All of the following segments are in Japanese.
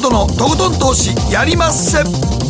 誠のとことん投資やりまっせ。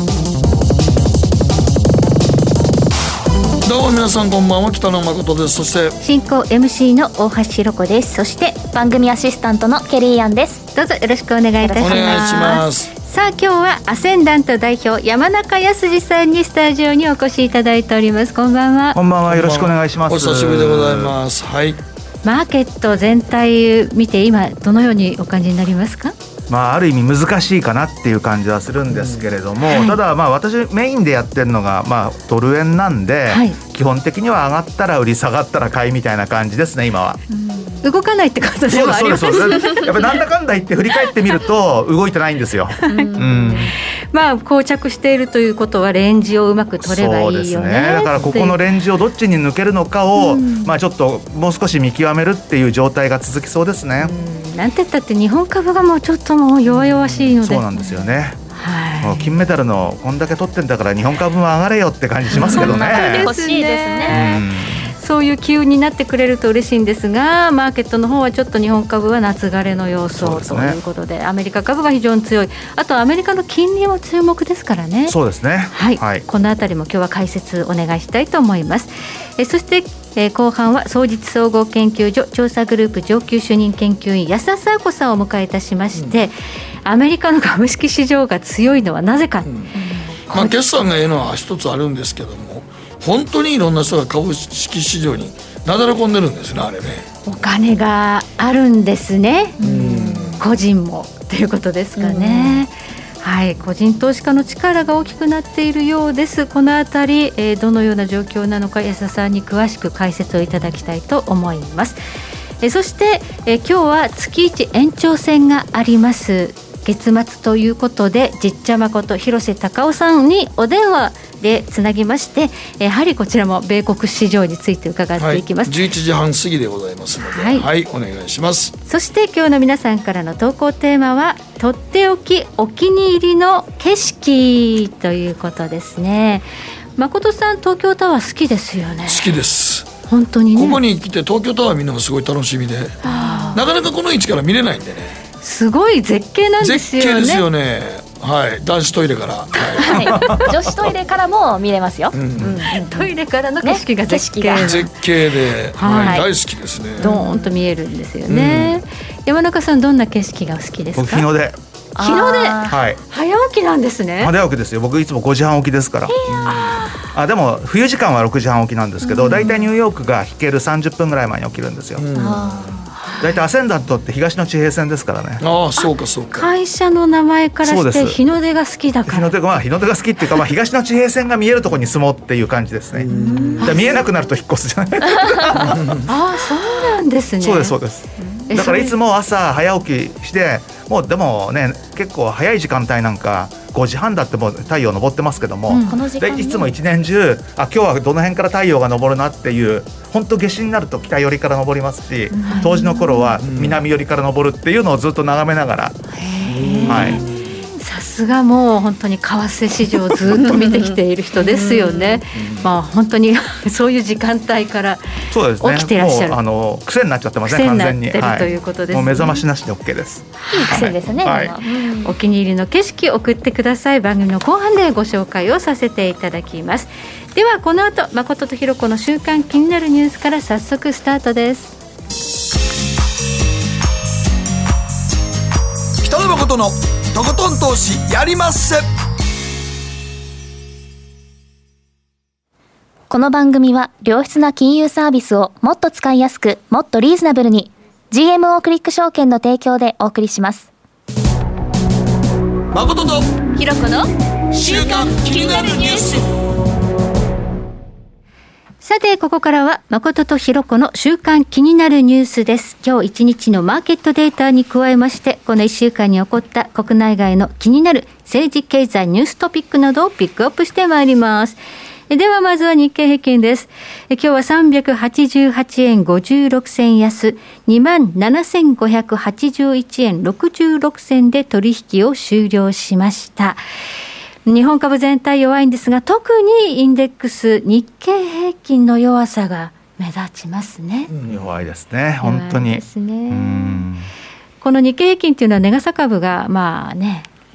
どうも皆さんこんばんは、北野誠です。そして進行 MC の大橋ひろ子です。そして番組アシスタントのケリーアンです。 どうぞよろしくお願いいたします。 お願いします。 さあ今日はアセンダント代表山中康さんにスタジオにお越しいただいております。こんばんは。 こんばんは、よろしくお願いします。 お久しぶりでございます。はい。 マーケット全体見て今どのようにお感じになりますか？ ある意味難しいかなっていう感じはするんですけれども、 はい、 ただ私メインでやってるのがドル円なんで、はい、基本的には上がったら売り下がったら買いみたいな感じですね今は。 動かないってことでもあります。 そうですやっぱりなんだかんだ言って振り返ってみると動いてないんですよ。 膠着しているということはレンジをうまく取ればいいよね。そうですね。 だからここのレンジをどっちに抜けるのかを、ちょっともう少し見極めるっていう状態が続きそうですね。 なんて言ったって日本株がもうちょっともう弱々しいので。 そうなんですよね。 はい、 もう金メダルのこんだけ取ってんだから日本株も上がれよって感じしますけどね。 欲しいですね。 そういう機運になってくれると嬉しいんですが、マーケットの方はちょっと日本株は夏枯れの様相ということで、アメリカ株が非常に強い。あとアメリカの金利も注目ですからね。 そうですね。 はい、このあたりも今日は解説お願いしたいと思います。そして後半は双日総合研究所調査グループ上級主任研究員安田佐和子さんをお迎えいたしまして、アメリカの株式市場が強いのはなぜか、 決算がいいのは一つあるんですけども、本当にいろんな人が株式市場になだれ込んでるんですね。あれね、 お金があるんですね。個人もということですかね。はい、個人投資家の力が大きくなっているようです。このあたり、どのような状況なのか安田さんに詳しく解説をいただきたいと思います。そして、今日は月1延長戦があります。月末ということでじっちゃまこと広瀬隆夫さんにお電話でつなぎまして、やはりこちらも米国市場について伺っていきます。 11時半過ぎでございますので、はい、お願いします。 そして今日の皆さんからの投稿テーマはとっておきお気に入りの景色ということですね。誠さん東京タワー好きですよね。 好きです。 本当にね。 ここに来て東京タワー見るのがすごい楽しみで、なかなかこの位置から見れないんでね。 すごい絶景なんですよね。 絶景ですよね。はい、男子トイレから、 女子トイレからも見れますよ。 トイレからの景色が絶景、 絶景で、大好きですね。 ドーンと見えるんですよね。山中さんどんな景色が好きですか？ 僕日の出。 日の出、早起きなんですね。 早起きですよ。僕いつも5時半起きですから。でも冬時間は6時半起きなんですけど、だいたいニューヨークが引ける30分ぐらい前に起きるんですよ。だいたいアセンダントって東の地平線ですからね。 そうかそうか。 会社の名前からして日の出が好きだから。 日の出が好きっていうか、東の地平線が見えるところに住もうっていう感じですね。見えなくなると引っ越すじゃない。 そうなんですね。 そうですそうです。だからいつも朝早起きして、もうでもね結構早い時間帯なんか5時半だってもう太陽昇ってますけども、でいつも一年中今日はどの辺から太陽が昇るなっていう、本当夏至になると北寄りから昇りますし、冬至の頃は南寄りから昇るっていうのをずっと眺めながら、 さすがもう本当に為替市場をずっと見てきている人ですよね。本当にそういう時間帯から起きてらっしゃる。 もう癖になっちゃってますね。完全に癖になってるということですね。 もう目覚ましなしで OK です。 いい癖ですね。 お気に入りの景色を送ってください。番組の後半でご紹介をさせていただきます。ではこの後誠とひろ子の週刊気になるニュースから早速スタートです。 北野誠のとことん投資やりまっせ。 この番組は良質な金融サービスをもっと使いやすく、もっとリーズナブルに GMO クリック証券の提供でお送りします。 誠とひろ子の週刊気になるニュース。 さてここからは誠とひろ子の週刊気になるニュースです。今日一日のマーケットデータに加えまして、この1週間に起こった国内外の気になる政治経済ニューストピックなどをピックアップしてまいります。ではまずは日経平均です。今日は388円56銭安 27,581 円66銭で取引を終了しました。日本株全体弱いんですが、特にインデックス日経平均の弱さが目立ちますね。 弱いですね、本当に。 この日経平均というのは値傘株が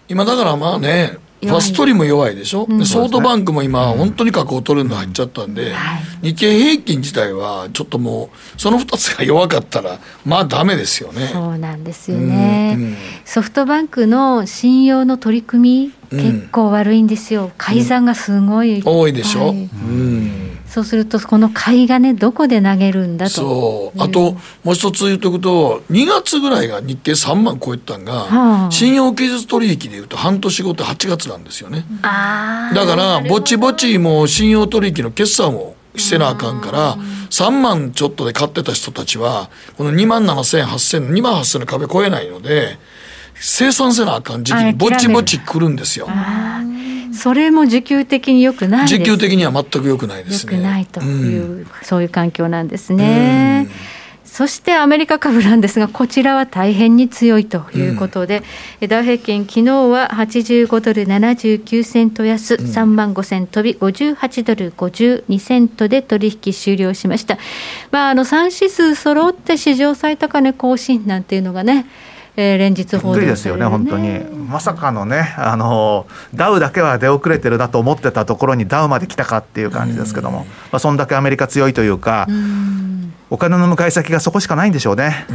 今だからまあねファストリーも弱いでしょ、でソフトバンクも今本当に確保トレンド入っちゃったんで、日経平均自体はちょっともうその2つが弱かったらまあダメですよね。 そうなんですよね、ソフトバンクの信用の取り組み、結構悪いんですよ。改ざんがすごい、 多いでしょ、 そうするとこの買いがねどこで投げるんだと。 そうあともう一つ言っとくと2月ぐらいが日経3万超えたんが、信用期日取引でいうと半年後って8月なんですよね。だからぼちぼちもう信用取引の決算をしてなあかんから、3万ちょっとで買ってた人たちはこの2万7000、8000、2万8000の壁超えないので生産せなあかん時期にぼちぼち来るんですよ。 それも需給的に良くないです。 需給的には全く良くないですね。 良くないという、そういう環境なんですね。そしてアメリカ株なんですが、こちらは大変に強いということで、ダウ平均昨日は85ドル79セント安、3万5000飛び58ドル52セントで取引終了しました。3指数揃って史上最高値更新なんていうのがね、連日報道されるね。びっくりですよね本当に。まさかのねダウだけは出遅れてるなと思ってたところにダウまで来たかっていう感じですけども、そんだけアメリカ強いというか、お金の向かい先がそこしかないんでしょうね。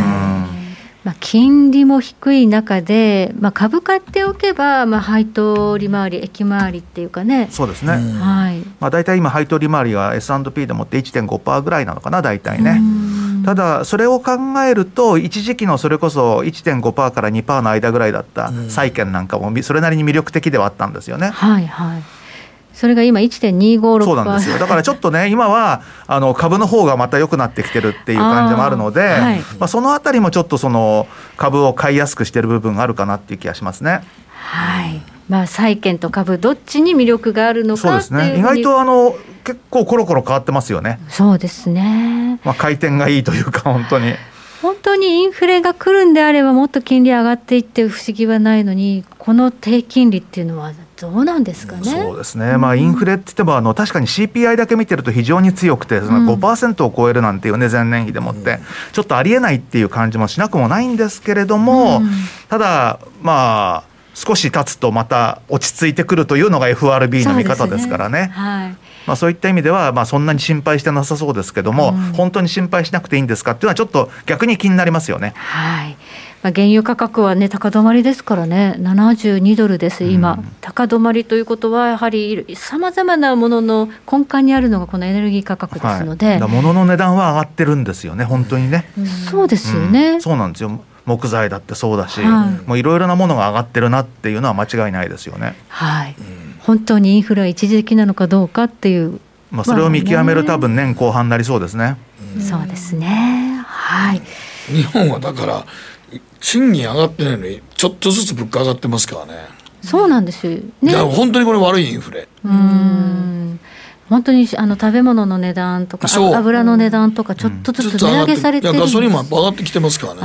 金利も低い中で、株買っておけば、配当利回り益回りっていうかね。 そうですね、だいたい今配当利回りが S&P でもって 1.5% ぐらいなのかなだいたいね。ただそれを考えると一時期のそれこそ 1.5% から 2% の間ぐらいだった債券なんかもそれなりに魅力的ではあったんですよね。 それが今 1.256%。 そうなんですよ。だからちょっとね今は株の方がまた良くなってきてるっていう感じもあるので、そのあたりもちょっとその株を買いやすくしてる部分があるかなっていう気がしますね。 債券と株どっちに魅力があるのかっていう。そうですね、 意外と結構コロコロ変わってますよね。 そうですね、 回転がいいというか本当にインフレが来るんであればもっと金利上がっていって不思議はないのに、この低金利っていうのはどうなんですかね。 そうですね、インフレって言っても確かに CPI だけ見てると非常に強くて、その 5% を超えるなんていうね前年比でもってちょっとありえないっていう感じもしなくもないんですけれども、ただ少し経つとまた落ち着いてくるというのが FRB の見方ですからね。そういった意味ではそんなに心配してなさそうですけども、本当に心配しなくていいんですかっていうのはちょっと逆に気になりますよね。 原油価格はね高止まりですからね、72ドルです今、高止まりということはやはりさまざまなものの根幹にあるのがこのエネルギー価格ですので、 物の値段は上がってるんですよね本当にね。 そうですよね、 そうなんですよ。木材だってそうだし、もういろいろなものが上がってるなっていうのは間違いないですよね。 本当にインフレは一時的なのかどうかっていう、 それを見極める多分年後半になりそうですね。 そうですね。 日本はだから賃金上がってないのにちょっとずつ物価上がってますからね。 そうなんですよね。 本当にこれ悪いインフレ。 本当に食べ物の値段とか油の値段とかちょっとずつ値上げされてるんです。 ガソリンも上がってきてますから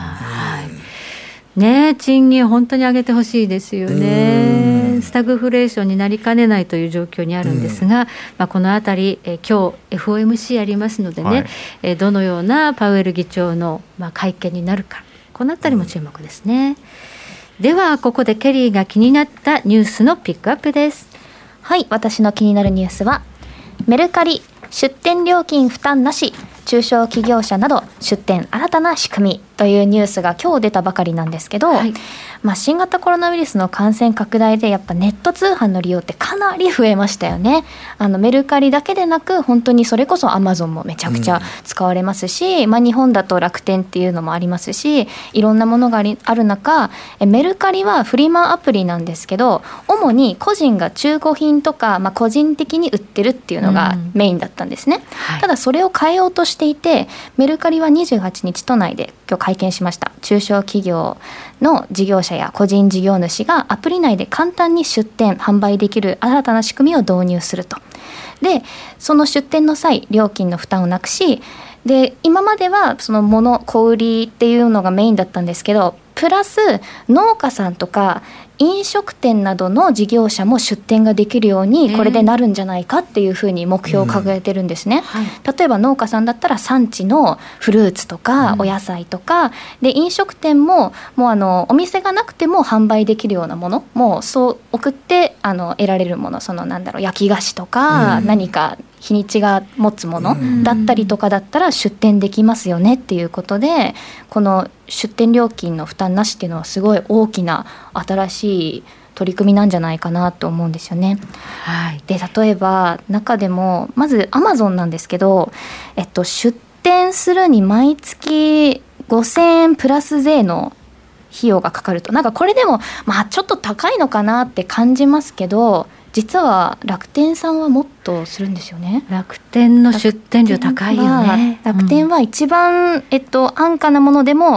ね。賃金本当に上げてほしいですよね。スタグフレーションになりかねないという状況にあるんですが、このあたり今日 FOMC ありますのでね、どのようなパウエル議長の会見になるか、このあたりも注目ですね。ではここでケリーが気になったニュースのピックアップです。 私の気になるニュースはメルカリ出店料金負担なし、中小企業者など出店新たな仕組みというニュースが今日出たばかりなんですけど、新型コロナウイルスの感染拡大でやっぱネット通販の利用ってかなり増えましたよね。メルカリだけでなく本当にそれこそアマゾンもめちゃくちゃ使われますし、日本だと楽天っていうのもありますし、いろんなものがある中、メルカリはフリマアプリなんですけど、主に個人が中古品とか、個人的に売ってるっていうのがメインだったんですね。ただそれを変えようとしていて、メルカリは28日都内で今日会見しました。中小企業の事業者や個人事業主がアプリ内で簡単に出店販売できる新たな仕組みを導入すると。でその出店の際料金の負担をなくし、で今まではその小売りっていうのがメインだったんですけど、プラス農家さんとか飲食店などの事業者も出店ができるようにこれでなるんじゃないかっていうふうに目標を掲げてるんですね、例えば農家さんだったら産地のフルーツとかお野菜とか、で飲食店ももうお店がなくても販売できるようなもの、もうそう送って得られるもの、焼き菓子とか、何か日にちが持つものだったりとかだったら出店できますよねっていうことで、この出店料金の負担なしっていうのはすごい大きな新しい取り組みなんじゃないかなと思うんですよね。で例えば中でもまずアマゾンなんですけど、出店するに毎月5000円プラス税の費用がかかると、なんかこれでもちょっと高いのかなって感じますけど、実は楽天さんはもっとするんですよね。 楽天の出店料高いよね。 楽天は一番、安価なものでも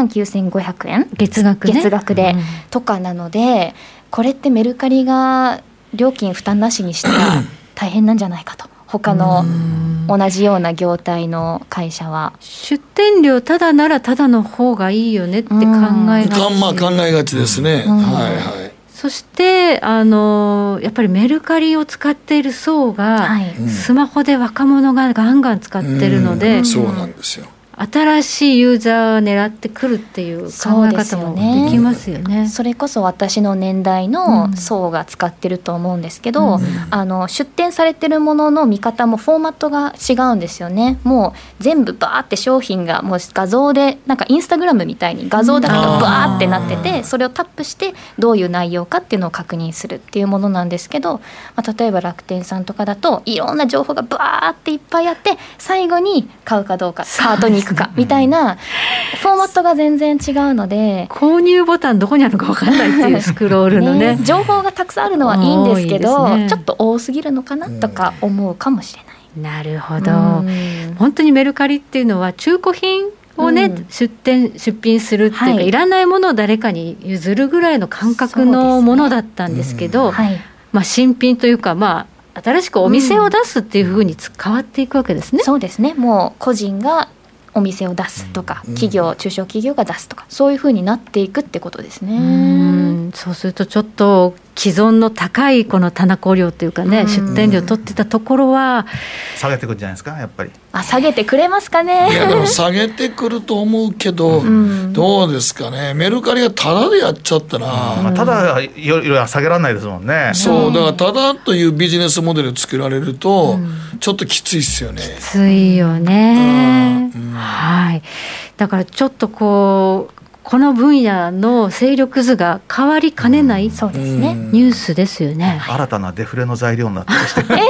19,500円月額で、とかなので、これってメルカリが料金負担なしにしたら大変なんじゃないかと、他の同じような業態の会社は。 出店料ただならただの方がいいよねって考えがち、 考えがちですね、 そしてやっぱりメルカリを使っている層が、スマホで若者がガンガン使ってるので、 そうなんですよ。 新しいユーザーを狙ってくるっていう考え方もできますよね。 それこそ私の年代の層が使ってると思うんですけど、出展されてるものの見方もフォーマットが違うんですよね。もう全部バーって商品がもう画像で、なんかインスタグラムみたいに画像だけがバーってなってて、それをタップしてどういう内容かっていうのを確認するっていうものなんですけど、例えば楽天さんとかだといろんな情報がバーっていっぱいあって、最後に買うかどうかカートに行くかみたいなフォーマットが全然違うので、 購入ボタンどこにあるのか分からないっていうスクロールのね情報がたくさんあるのはいいんですけど、ちょっと多すぎるのかなとか思うかもしれない。 なるほど。本当にメルカリっていうのは中古品をね、出品するっていうか、いらないものを誰かに譲るぐらいの感覚のものだったんですけど、新品というか新しくお店を出すっていうふうに変わっていくわけですね。 そうですね。もう個人がお店を出すとか、企業、中小企業が出すとか、そういうふうになっていくってことですね。 そうするとちょっと既存の高いこの棚子料というかね、出店料取ってたところは下げてくるんじゃないですか、やっぱり。 下げてくれますかね。 いやでも下げてくると思うけど、どうですかね。メルカリがタダでやっちゃったら、 タダよりは下げられないですもんね。 そうだからタダというビジネスモデル作られると、ちょっときついですよね。 きついよね。だからちょっとこの分野の勢力図が変わりかねない、そうですね、ニュースですよね。 新たなデフレの材料になってまして消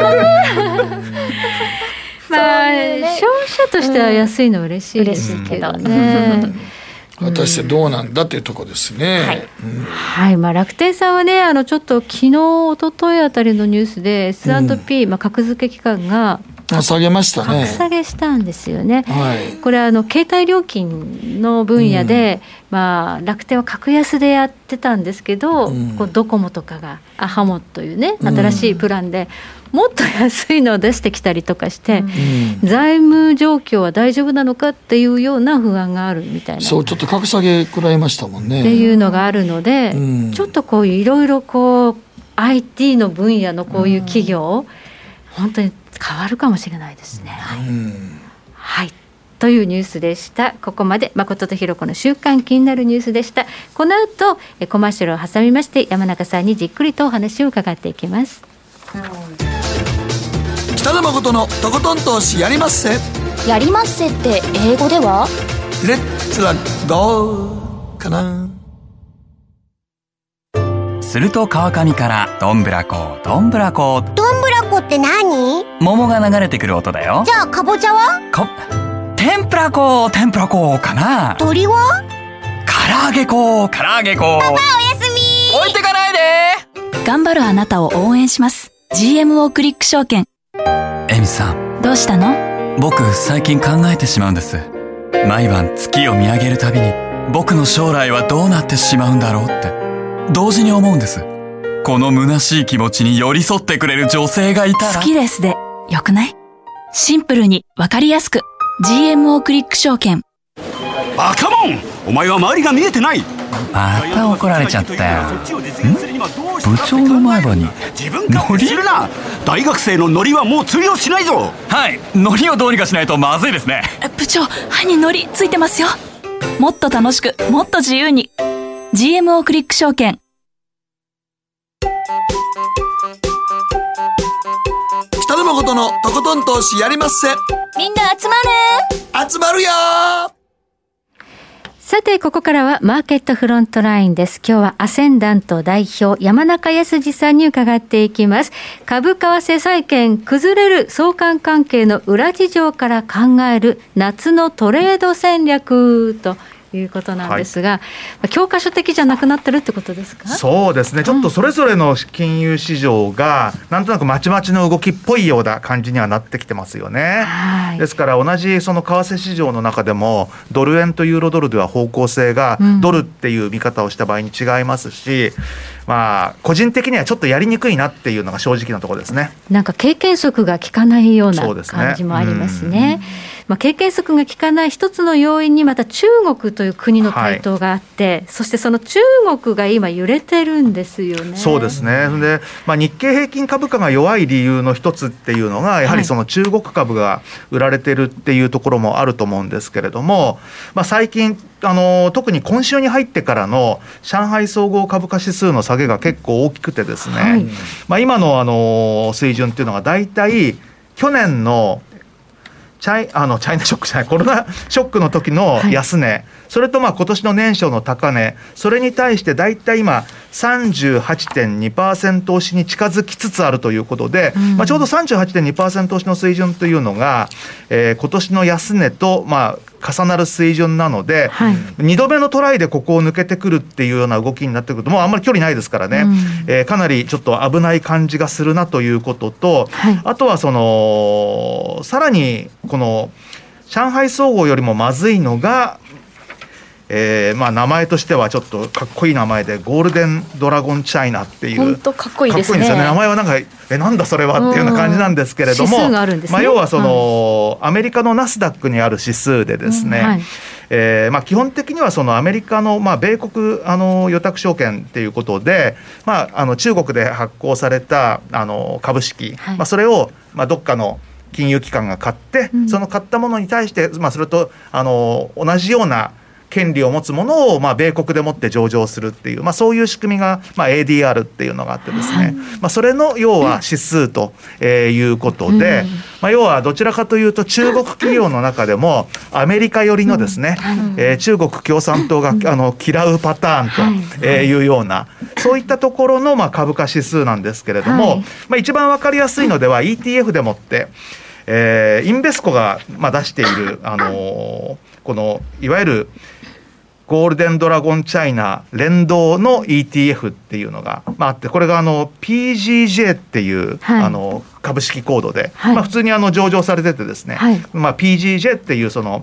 費者としては安いのは嬉しいですけどね。 果たしてどうなんだっていうところですね。 楽天さんはね、ちょっと昨日一昨日あたりのニュースで S&P、格付け機関が下げましたね。 格下げしたんですよね。これ携帯料金の分野で、楽天は格安でやってたんですけど、ドコモとかがハモというね、新しいプランでもっと安いのを出してきたりとかして、財務状況は大丈夫なのかっていうような不安があるみたいな。 そうちょっと格下げくらいましたもんねっていうのがあるので、ちょっとこういういろいろIT の分野のこういう企業、本当に変わるかもしれないですね。というニュースでした。ここまで誠とひろ子の週刊気になるニュースでした。この後コマーシャルを挟みまして、山中さんにじっくりとお話を伺っていきます。 北野誠のとことん投資やりまっせ。 やりまっせって英語ではレッツラゴーかな。 すると川上からどんぶらこどんぶらこ。 どんぶらこって何？ 桃が流れてくる音だよ。 じゃあかぼちゃは？ 天ぷらこ天ぷらこかな。 鳥は？ 唐揚げこ唐揚げこ。 パパおやすみ。 置いてかないで。 頑張るあなたを応援します。 GMO クリック証券。 エミさん、 どうしたの？ 僕最近考えてしまうんです。毎晩月を見上げるたびに、僕の将来はどうなってしまうんだろうって同時に思うんです。この虚しい気持ちに寄り添ってくれる女性がいたら。 好きですでよくない？シンプルにわかりやすく GMO クリック証券。 バカモン、お前は周りが見えてない。 また怒られちゃったよ。部長の前歯にノリ？ 大学生のノリはもう通用しないぞ。 はい、ノリをどうにかしないとまずいですね。 部長、歯にノリついてますよ。もっと楽しく、もっと自由に。 GMO クリック証券。 北野誠のとことん投資やりまっせ。 みんな集まる。 集まるよ。 さて、ここからはマーケットフロントラインです。今日はアセンダント代表山中康二さんに伺っていきます。株為替債券崩れる相関関係の裏事情から考える夏のトレード戦略ということなんですが、教科書的じゃなくなってるってことですか？ そうですね、ちょっとそれぞれの金融市場がなんとなくまちまちの動きっぽいような感じにはなってきてますよね。ですから同じその為替市場の中でもドル円とユーロドルでは方向性がドルっていう見方をした場合に違いますし、個人的にはちょっとやりにくいなっていうのが正直なところですね。 なんか経験則が効かないような感じもありますね。経験則が効かない一つの要因にまた中国という国の台頭があって、そしてその中国が今揺れてるんですよね。 そうですね。で、日経平均株価が弱い理由の一つっていうのがやはりその中国株が売られてるっていうところもあると思うんですけれども、最近特に今週に入ってからの上海総合株価指数の下げが結構大きくてですね、今の水準っていうのがだいたい去年のチャイナショックじゃない、コロナショックの時の安値、それと今年の年初の高値、それに対してだいたい今 38.2% 押しに近づきつつあるということで、ちょうど 38.2% 押しの水準というのが、今年の安値と重なる水準なので、2度目のトライでここを抜けてくるっていうような動きになってくると、もうあんまり距離ないですからね、かなりちょっと危ない感じがするなということと、あとはさらにこの上海総合よりもまずいのが、名前としてはちょっとかっこいい名前でゴールデンドラゴンチャイナっていう、 本当かっこいいですね。 かっこいいんですよね。名前はなんかなんだそれはっていうような感じなんですけれども、 指数があるんですね。 要はアメリカのナスダックにある指数でですね、基本的にはそのアメリカの、米国預託証券っていうことで、中国で発行された株式、それをどっかの金融機関が買って、その買ったものに対して、それと同じような権利を持つものを米国でもって上場するっていう、そういう仕組みが、ADR っていうのがあってですね、それの要は指数ということで、要はどちらかというと中国企業の中でもアメリカ寄りのですね、中国共産党が嫌うパターンというような、そういったところの株価指数なんですけれども、一番わかりやすいのでは ETF でもってインベスコが出しているこのいわゆるゴールデンドラゴンチャイナ連動の ETF っていうのがあって、これがPGJ っていう株式コードで、普通に上場されててですね、PGJ っていうその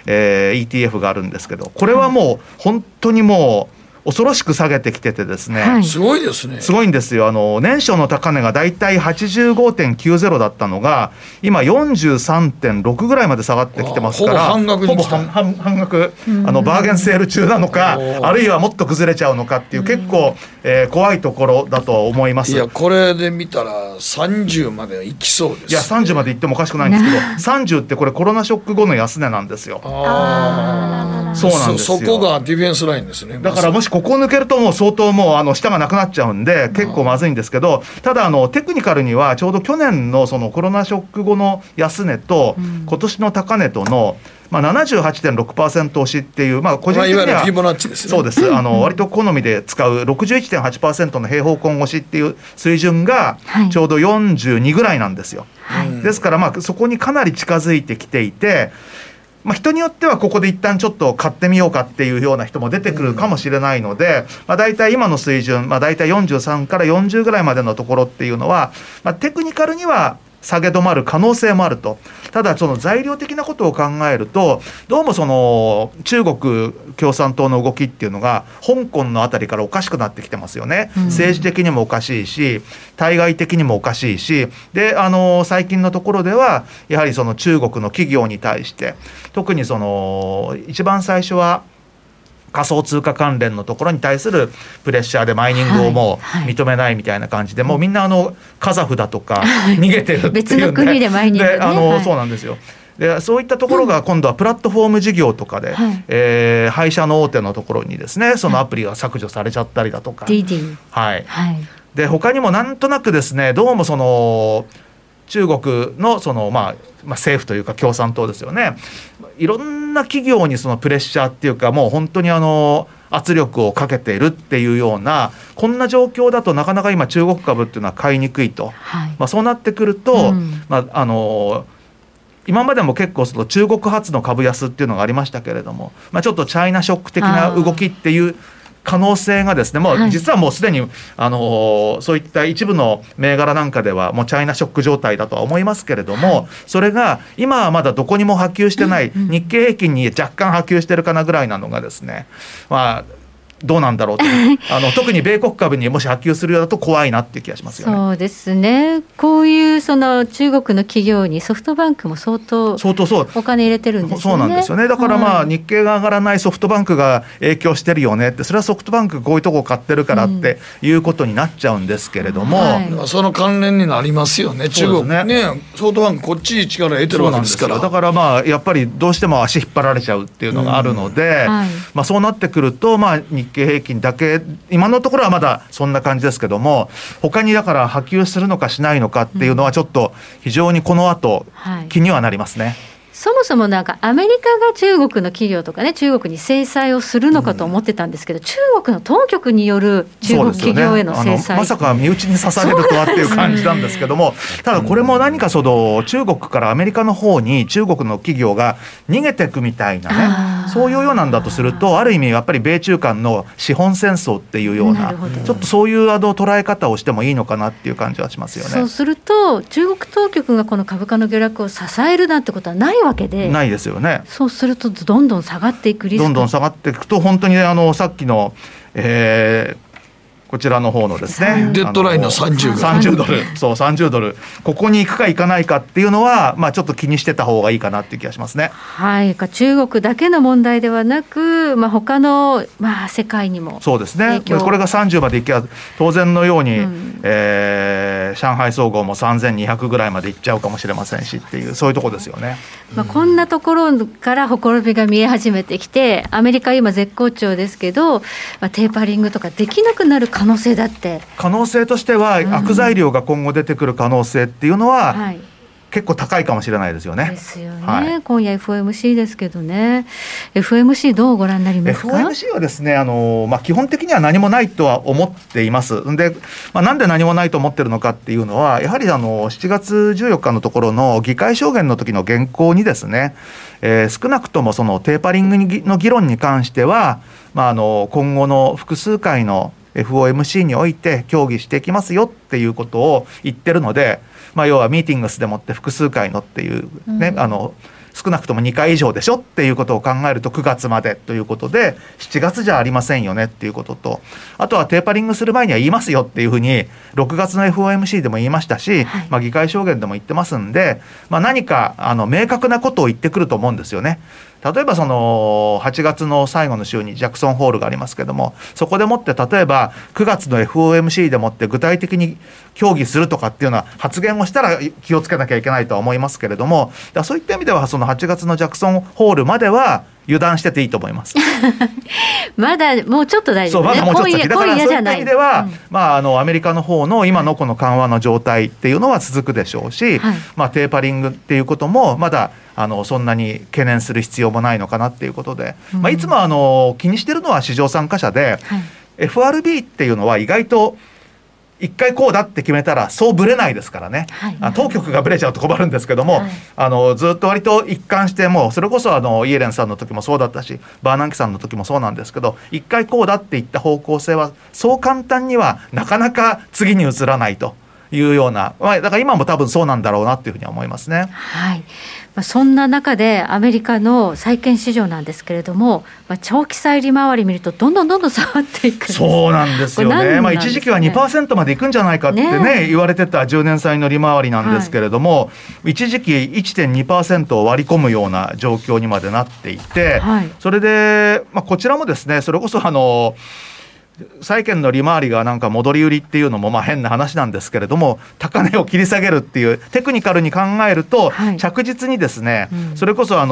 ETF があるんですけど、これはもう本当にもう恐ろしく下げてきててですね、 すごいですね。 すごいんですよ。年初の高値がだいたい 85.90 だったのが今 43.6 ぐらいまで下がってきてますから、 ほぼ半額に来た。 半額、バーゲンセール中なのか、あるいはもっと崩れちゃうのかっていう結構、怖いところだと思います。 いや、これで見たら30までいきそうです、ね。 いや30までいってもおかしくないんですけど、30ってこれコロナショック後の安値なんですよ。そうなんですよ。 そこがディフェンスラインですね。 だからもしここを抜けるともう相当もう下がなくなっちゃうんで結構まずいんですけど、ただテクニカルにはちょうど去年のそのコロナショック後の安値と今年の高値との78.6% 押しっていう、個人的には、 いわゆるフィボナッチですね。 そうです。割と好みで使う 61.8% の平方根押しっていう水準がちょうど42ぐらいなんですよ。ですからそこにかなり近づいてきていて、人によってはここで一旦ちょっと買ってみようかっていうような人も出てくるかもしれないので、だいたい今の水準、だいたい43から40ぐらいまでのところっていうのは、テクニカルには下げ止まる可能性もあると。ただその材料的なことを考えると、どうもその中国共産党の動きっていうのが香港のあたりからおかしくなってきてますよね。政治的にもおかしいし、対外的にもおかしいし、で最近のところではやはりその中国の企業に対して、特にその一番最初は仮想通貨関連のところに対するプレッシャーでマイニングをもう認めないみたいな感じで、もうみんなカザフだとか逃げてるっていうんで、 別の国でマイニングね、 そうなんですよ。でそういったところが今度はプラットフォーム事業とかで、配車の大手のところにですね、そのアプリが削除されちゃったりだとか、で他にもなんとなくですね、どうもその中国のその政府というか共産党ですよね、いろんな企業にそのプレッシャーっていうか、もう本当に圧力をかけているっていうような、こんな状況だとなかなか今中国株っていうのは買いにくいと、そうなってくると、今までも結構その中国発の株安っていうのがありましたけれども、ちょっとチャイナショック的な動きっていう可能性がですね、もう実はもうすでにそういった一部の銘柄なんかではもうチャイナショック状態だとは思いますけれども、それが今はまだどこにも波及してない、日経平均に若干波及してるかなぐらいなのがですね、どうなんだろうと特に米国株にもし波及するようだと怖いなっていう気がしますよね。 そうですね。こういうその中国の企業にソフトバンクも相当お金入れてるんですよね。 そうなんですよね。だから日経が上がらないソフトバンクが影響してるよねって、それはソフトバンクこういうとこ買ってるからっていうことになっちゃうんですけれども、 その関連になりますよね。中国ね、ソフトバンクこっち力得てるわけですから。 だからやっぱりどうしても足引っ張られちゃうっていうのがあるので、そうなってくると日経平均だけ今のところはまだそんな感じですけども、他にだから波及するのかしないのかっていうのはちょっと非常にこの後気にはなりますね。 そもそもなんかアメリカが中国の企業とかね、中国に制裁をするのかと思ってたんですけど、中国の当局による中国企業への制裁、 まさか身内に刺されるとはっていう感じなんですけども、ただこれも何かその中国からアメリカの方に中国の企業が逃げていくみたいなね、そういうようなんだとすると、ある意味やっぱり米中間の資本戦争っていうような、ちょっとそういう捉え方をしてもいいのかなっていう感じはしますよね。 そうすると中国当局がこの株価の下落を支えるなんてことはないわけで、 ないですよね。 そうするとどんどん下がっていくリスク、 どんどん下がっていくと、本当にさっきの、こちらの方のですね、 デッドラインの 30ドル、そう30ドル、ここに行くか行かないかっていうのは、ちょっと気にしてた方がいいかなっていう気がしますね。 中国だけの問題ではなく、他の、世界にもそうですね。これが30までいけば当然のように、上海総合も3200ぐらいまでいっちゃうかもしれませんしっていう、そういうところですよね。 こんなところからほころびが見え始めてきて、アメリカ今絶好調ですけど、テーパリングとかできなくなる可能性だって、 可能性としては、悪材料が今後出てくる可能性っていうのは、結構高いかもしれないですよね。 ですよね。今夜 FOMC ですけどね、FOMC どうご覧になりますか？ FOMC はですね、基本的には何もないとは思っています。で、なんで何もないと思ってるのかっていうのは、やはり7月14日のところの議会証言の時の原稿にですね、少なくともそのテーパリングの議論に関しては、今後の複数回のFOMC において協議していきますよっていうことを言ってるので、要はミーティングスでもって複数回のっていうね、少なくとも2回以上でしょっていうことを考えると9月までということで、7月じゃありませんよねっていうことと、あとはテーパリングする前には言いますよっていうふうに6月の FOMC でも言いましたし、議会証言でも言ってますんで、何か明確なことを言ってくると思うんですよね。例えばその8月の最後の週にジャクソンホールがありますけども、そこでもって例えば9月の FOMC でもって具体的に協議するとかっていうような発言をしたら気をつけなきゃいけないとは思いますけれども、そういった意味ではその8月のジャクソンホールまでは油断してていいと思いますまだもうちょっと大丈夫ね。 まだもうちょっと先だから、そういった意味では、アメリカの方の今のこの緩和の状態っていうのは続くでしょうし、テーパリングっていうこともまだそんなに懸念する必要もないのかなっていうことで、いつも気にしてるのは市場参加者で、FRB っていうのは意外と一回こうだって決めたらそうぶれないですからね、当局がぶれちゃうと困るんですけども、ずっと割と一貫して、もうそれこそイエレンさんの時もそうだったし、バーナンキさんの時もそうなんですけど、一回こうだっていった方向性はそう簡単にはなかなか次に移らないというような、だから今も多分そうなんだろうなっていうふうには思いますね。 はい、そんな中でアメリカの債券市場なんですけれども、長期債利回り見るとどんどん下がっていくんです。 そうなんですよね。一時期は 2% までいくんじゃないかってね言われてた10年債の利回りなんですけれども、一時期 1.2% を割り込むような状況にまでなっていて、それで、こちらもですね、それこそ債券の利回りがなんか戻り売りっていうのも変な話なんですけれども、高値を切り下げるっていうテクニカルに考えると、着実にですね、それこそ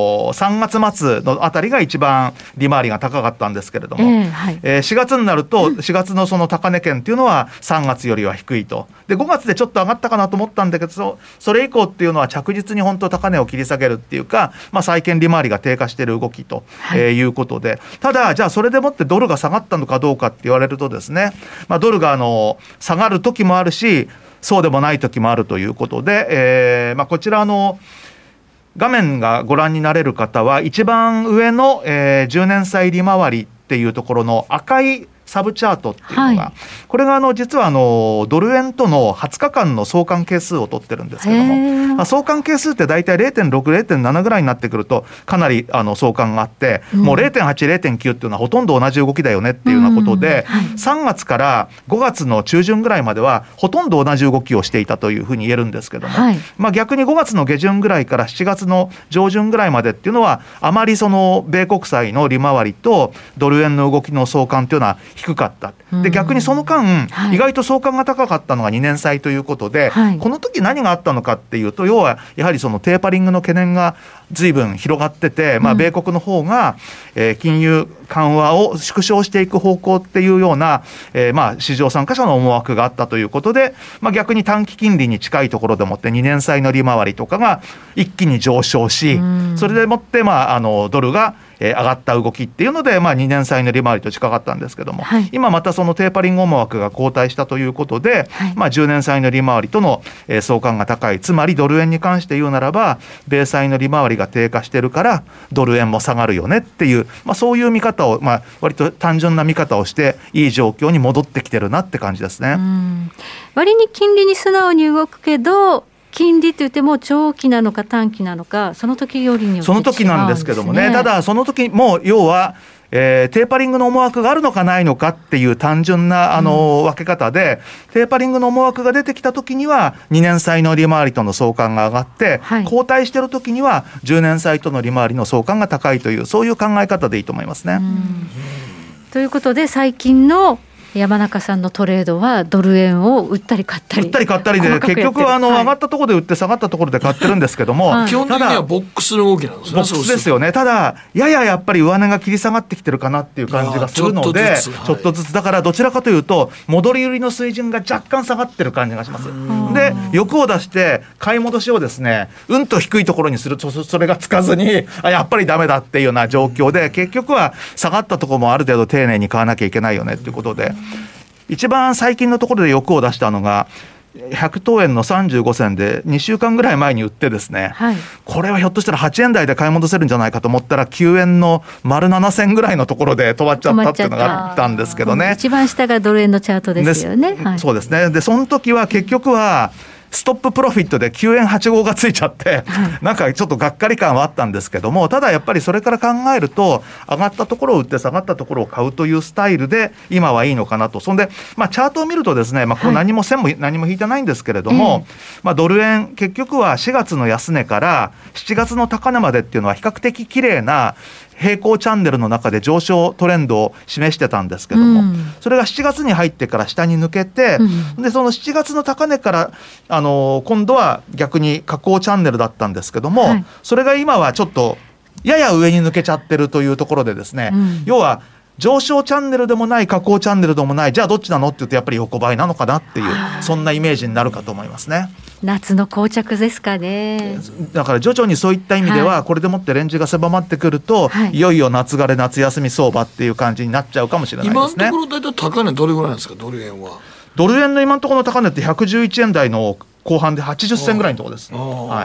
3月末のあたりが一番利回りが高かったんですけれども、4月になると4月のその高値圏っていうのは3月よりは低いと。で5月でちょっと上がったかなと思ったんだけど、それ以降っていうのは着実に本当高値を切り下げるっていうか、債券利回りが低下している動きということで、ただじゃあそれでもってドルが下がったのかどうかって言われるとですね、ドルが下がる時もあるしそうでもない時もあるということで、こちら画面がご覧になれる方は一番上の、10年債利回りっていうところの赤いサブチャートっていうのが、これが実はドル円との20日間の相関係数を取ってるんですけども、相関係数って大体 0.6、0.7 ぐらいになってくるとかなり相関があって、もう 0.8、0.9 っていうのはほとんど同じ動きだよねっていうようなことで、3月から5月の中旬ぐらいまではほとんど同じ動きをしていたというふうに言えるんですけども、逆に5月の下旬ぐらいから7月の上旬ぐらいまでっていうのはあまりその米国債の利回りとドル円の動きの相関っていうのは低かった。で逆にその間、意外と相関が高かったのが2年債ということで、この時何があったのかっていうと、要はやはりそのテーパリングの懸念が随分広がってて、米国の方が、金融緩和を縮小していく方向っていうような、市場参加者の思惑があったということで、逆に短期金利に近いところでもって2年債の利回りとかが一気に上昇し、それでもってドルが上がった動きっていうので、2年債の利回りと近かったんですけども、今またそのテーパリング思惑が後退したということで、10年債の利回りとの相関が高い、つまりドル円に関して言うならば米債の利回りが低下してるからドル円も下がるよねっていう、そういう見方を、割と単純な見方をしていい状況に戻ってきてるなって感じですね。 割に金利に素直に動くけど、金利って言っても長期なのか短期なのか、その時よりによって違うんですね。 その時なんですけどもね。ただその時も要は、テーパリングの思惑があるのかないのかっていう単純な分け方で、テーパリングの思惑が出てきた時には2年債の利回りとの相関が上がって、後退している時には10年債との利回りの相関が高いという、そういう考え方でいいと思いますね。 ということで最近の山中さんのトレードはドル円を売ったり買ったりで、結局上がったところで売って下がったところで買ってるんですけども、 基本的にはボックスの動きなんですね。 ボックスですよね。ただやっぱり上値が切り下がってきてるかなっていう感じがするので、ちょっとずつだからどちらかというと戻り売りの水準が若干下がってる感じがします。で欲を出して買い戻しをですねと低いところにすると、それがつかずにやっぱりダメだっていうような状況で、結局は下がったところもある程度丁寧に買わなきゃいけないよねっていうことで、一番最近のところで欲を出したのが100等円の35銭で2週間ぐらい前に売ってですね、これはひょっとしたら8円台で買い戻せるんじゃないかと思ったら9円の丸7銭ぐらいのところで止まっちゃったっていうのがあったんですけどね。 一番下がドル円のチャートですよね。 そうですね。でその時は結局はストッププロフィットで9円85がついちゃって、なんかちょっとがっかり感はあったんですけども、ただやっぱりそれから考えると上がったところを売って下がったところを買うというスタイルで今はいいのかなと。そんで、チャートを見るとですね、こう何も線も何も引いてないんですけれども、ドル円結局は4月の安値から7月の高値までっていうのは比較的綺麗な平行チャンネルの中で上昇トレンドを示してたんですけども、それが7月に入ってから下に抜けて、でその7月の高値から今度は逆に下降チャンネルだったんですけども、それが今はちょっとやや上に抜けちゃってるというところでですね、要は上昇チャンネルでもない下降チャンネルでもない、じゃあどっちなのって言うとやっぱり横ばいなのかなっていう、そんなイメージになるかと思いますね。 夏の膠着ですかね。 だから徐々にそういった意味では、これでもってレンジが狭まってくると、いよいよ夏枯れ夏休み相場っていう感じになっちゃうかもしれないですね。 今のところ大体高値どれぐらいなんですか、ドル円は。 ドル円の今のところの高値って111円台の後半で80銭ぐらいのところです。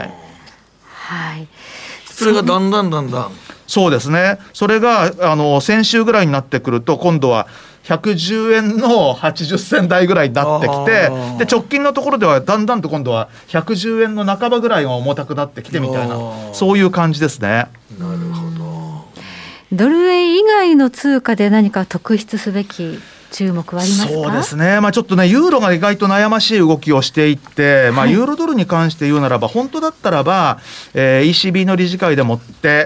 それがだんだんそうですね。それが先週ぐらいになってくると今度は 110円の80銭台ぐらいになってきて、で直近のところではだんだんと今度は110円の半ばぐらいが重たくなってきてみたいな、そういう感じですね。 なるほど。 ドル円以外の通貨で何か特筆すべき注目はありますか？ そうですね、ちょっとねユーロが意外と悩ましい動きをしていって、ユーロドルに関して言うならば本当だったらば、ECB の理事会でもって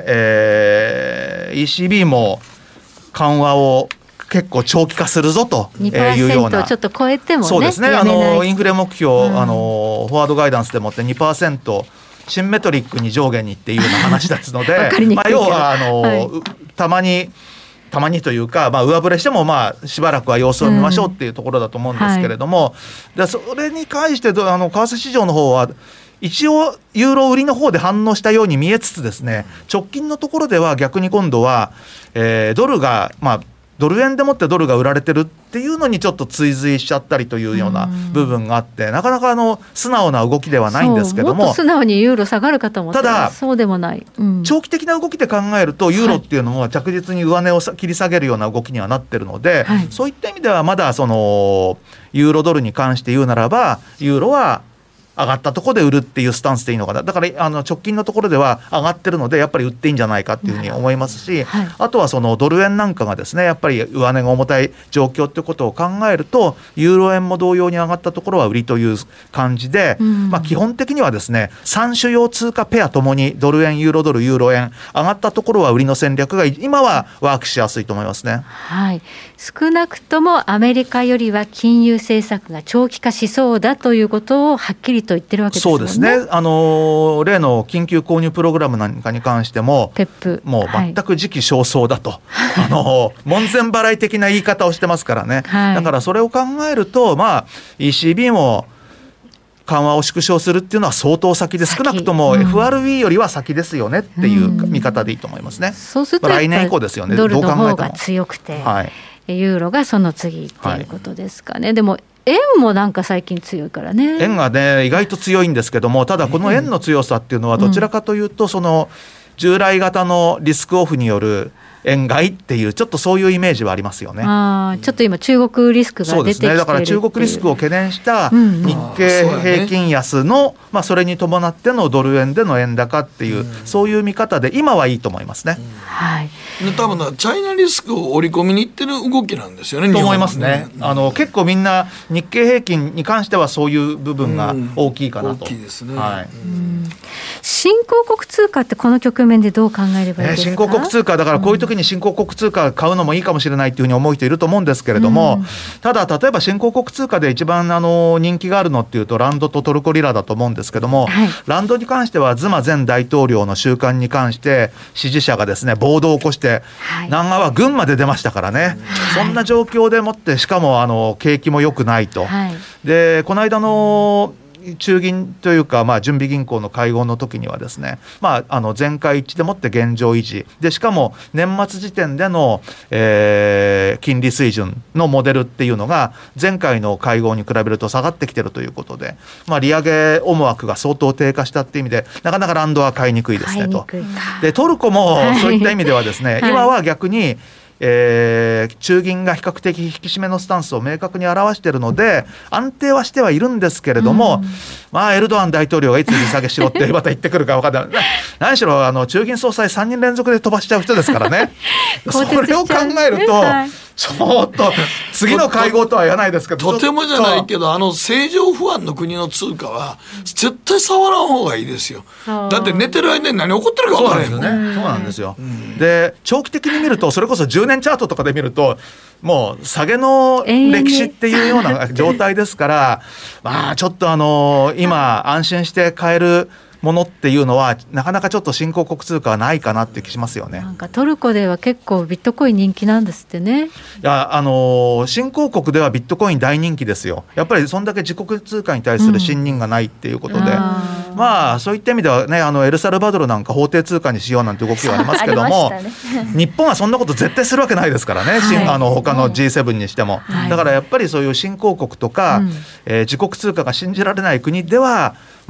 、ECB も緩和を結構長期化するぞというような、 2% ちょっと超えてもね、 そうですね、インフレ目標、フォワードガイダンスでもって 2% シンメトリックに上下にっていうような話ですので要はたまにというか、上振れしてもしばらくは様子を見ましょうっていうところだと思うんですけれども、でそれに関して為替市場の方は一応ユーロ売りの方で反応したように見えつつですね、直近のところでは逆に今度は、ドルがドル円でもってドルが売られてるっていうのにちょっと追随しちゃったりというような部分があって、なかなか素直な動きではないんですけども、 もっと素直にユーロ下がるかと思ったらそうでもない、 長期的な動きで考えるとユーロっていうのも着実に上値を切り下げるような動きにはなってるので、そういった意味ではまだユーロドルに関して言うならばユーロは上がったところで売るっていうスタンスでいいのかな。だから直近のところでは上がってるのでやっぱり売っていいんじゃないかっていうふうに思いますし、あとはドル円なんかがですねやっぱり上値が重たい状況ってことを考えるとユーロ円も同様に上がったところは売りという感じで、基本的にはですね3主要通貨ペアともにドル円ユーロドルユーロ円上がったところは売りの戦略が今はワークしやすいと思いますね。 少なくともアメリカよりは金融政策が長期化しそうだということをはっきりと言ってるわけですよね。 そうですね、例の緊急購入プログラムなんかに関してもペップもう全く時期尚早だと、門前払い的な言い方をしてますからね、だからそれを考えると、ECB も緩和を縮小するっていうのは相当先で、少なくとも FRB よりは先ですよねっていう見方でいいと思いますね。 そうすると来年以降ですよね。 ドルの方が強くて、ユーロがその次っていうことですかね。でも円もなんか最近強いからね。 円がね意外と強いんですけども、ただこの円の強さっていうのはどちらかというと従来型のリスクオフによる円買いっていうちょっとそういうイメージはありますよね。 ちょっと今中国リスクが出てきているっていう。そうですね、だから中国リスクを懸念した日経平均安の、それに伴ってのドル円での円高っていう、そういう見方で今はいいと思いますね。 多分チャイナリスクを織り込みにいってる動きなんですよね。 と思いますね。結構みんな日経平均に関してはそういう部分が大きいかなと。 大きいですね。 新興国通貨ってこの局面でどう考えればいいですか？ 新興国通貨だからこういう時に新興国通貨買うのもいいかもしれないというふうに思う人いると思うんですけれども、ただ例えば新興国通貨で一番人気があるのっていうとランドとトルコリラだと思うんですけども、ランドに関してはズマ前大統領の収監に関して支持者がですね暴動を起こして、南アは軍まで出ましたからね、そんな状況でもってしかも景気も良くないと、でこの間の中銀というか、準備銀行の会合の時にはですね、全会一致でもって現状維持で、しかも年末時点での、金利水準のモデルっていうのが前回の会合に比べると下がってきてるということで、利上げ思惑が相当低下したっていう意味でなかなかランドは買いにくいですねと。でトルコもそういった意味ではですね、今は逆に中銀が比較的引き締めのスタンスを明確に表しているので安定はしてはいるんですけれども、エルドアン大統領がいつ利下げしろってまた言ってくるか分からない何しろ中銀総裁3人連続で飛ばしちゃう人ですからねそれを考えるとちょっと次の会合とは言わないですけどとてもじゃないけど政情不安の国の通貨は絶対触らん方がいいですよ。だって寝てる間に何起こってるか分からへんもんね。 そうなんですよ。で長期的に見るとそれこそ10年チャートとかで見るともう下げの歴史っていうような状態ですからちょっと今安心して買えるものっていうのはなかなかちょっと新興国通貨はないかなって気しますよね。 なんかトルコでは結構ビットコイン人気なんですってね。 いや新興国ではビットコイン大人気ですよ。やっぱりそんだけ自国通貨に対する信任がないっていうことで、そういった意味ではねエルサルバドルなんか法定通貨にしようなんて動きがありますけども、日本はそんなこと絶対するわけないですからね、他の G7 にしても、だからやっぱりそういう新興国とか、自国通貨が信じられない国では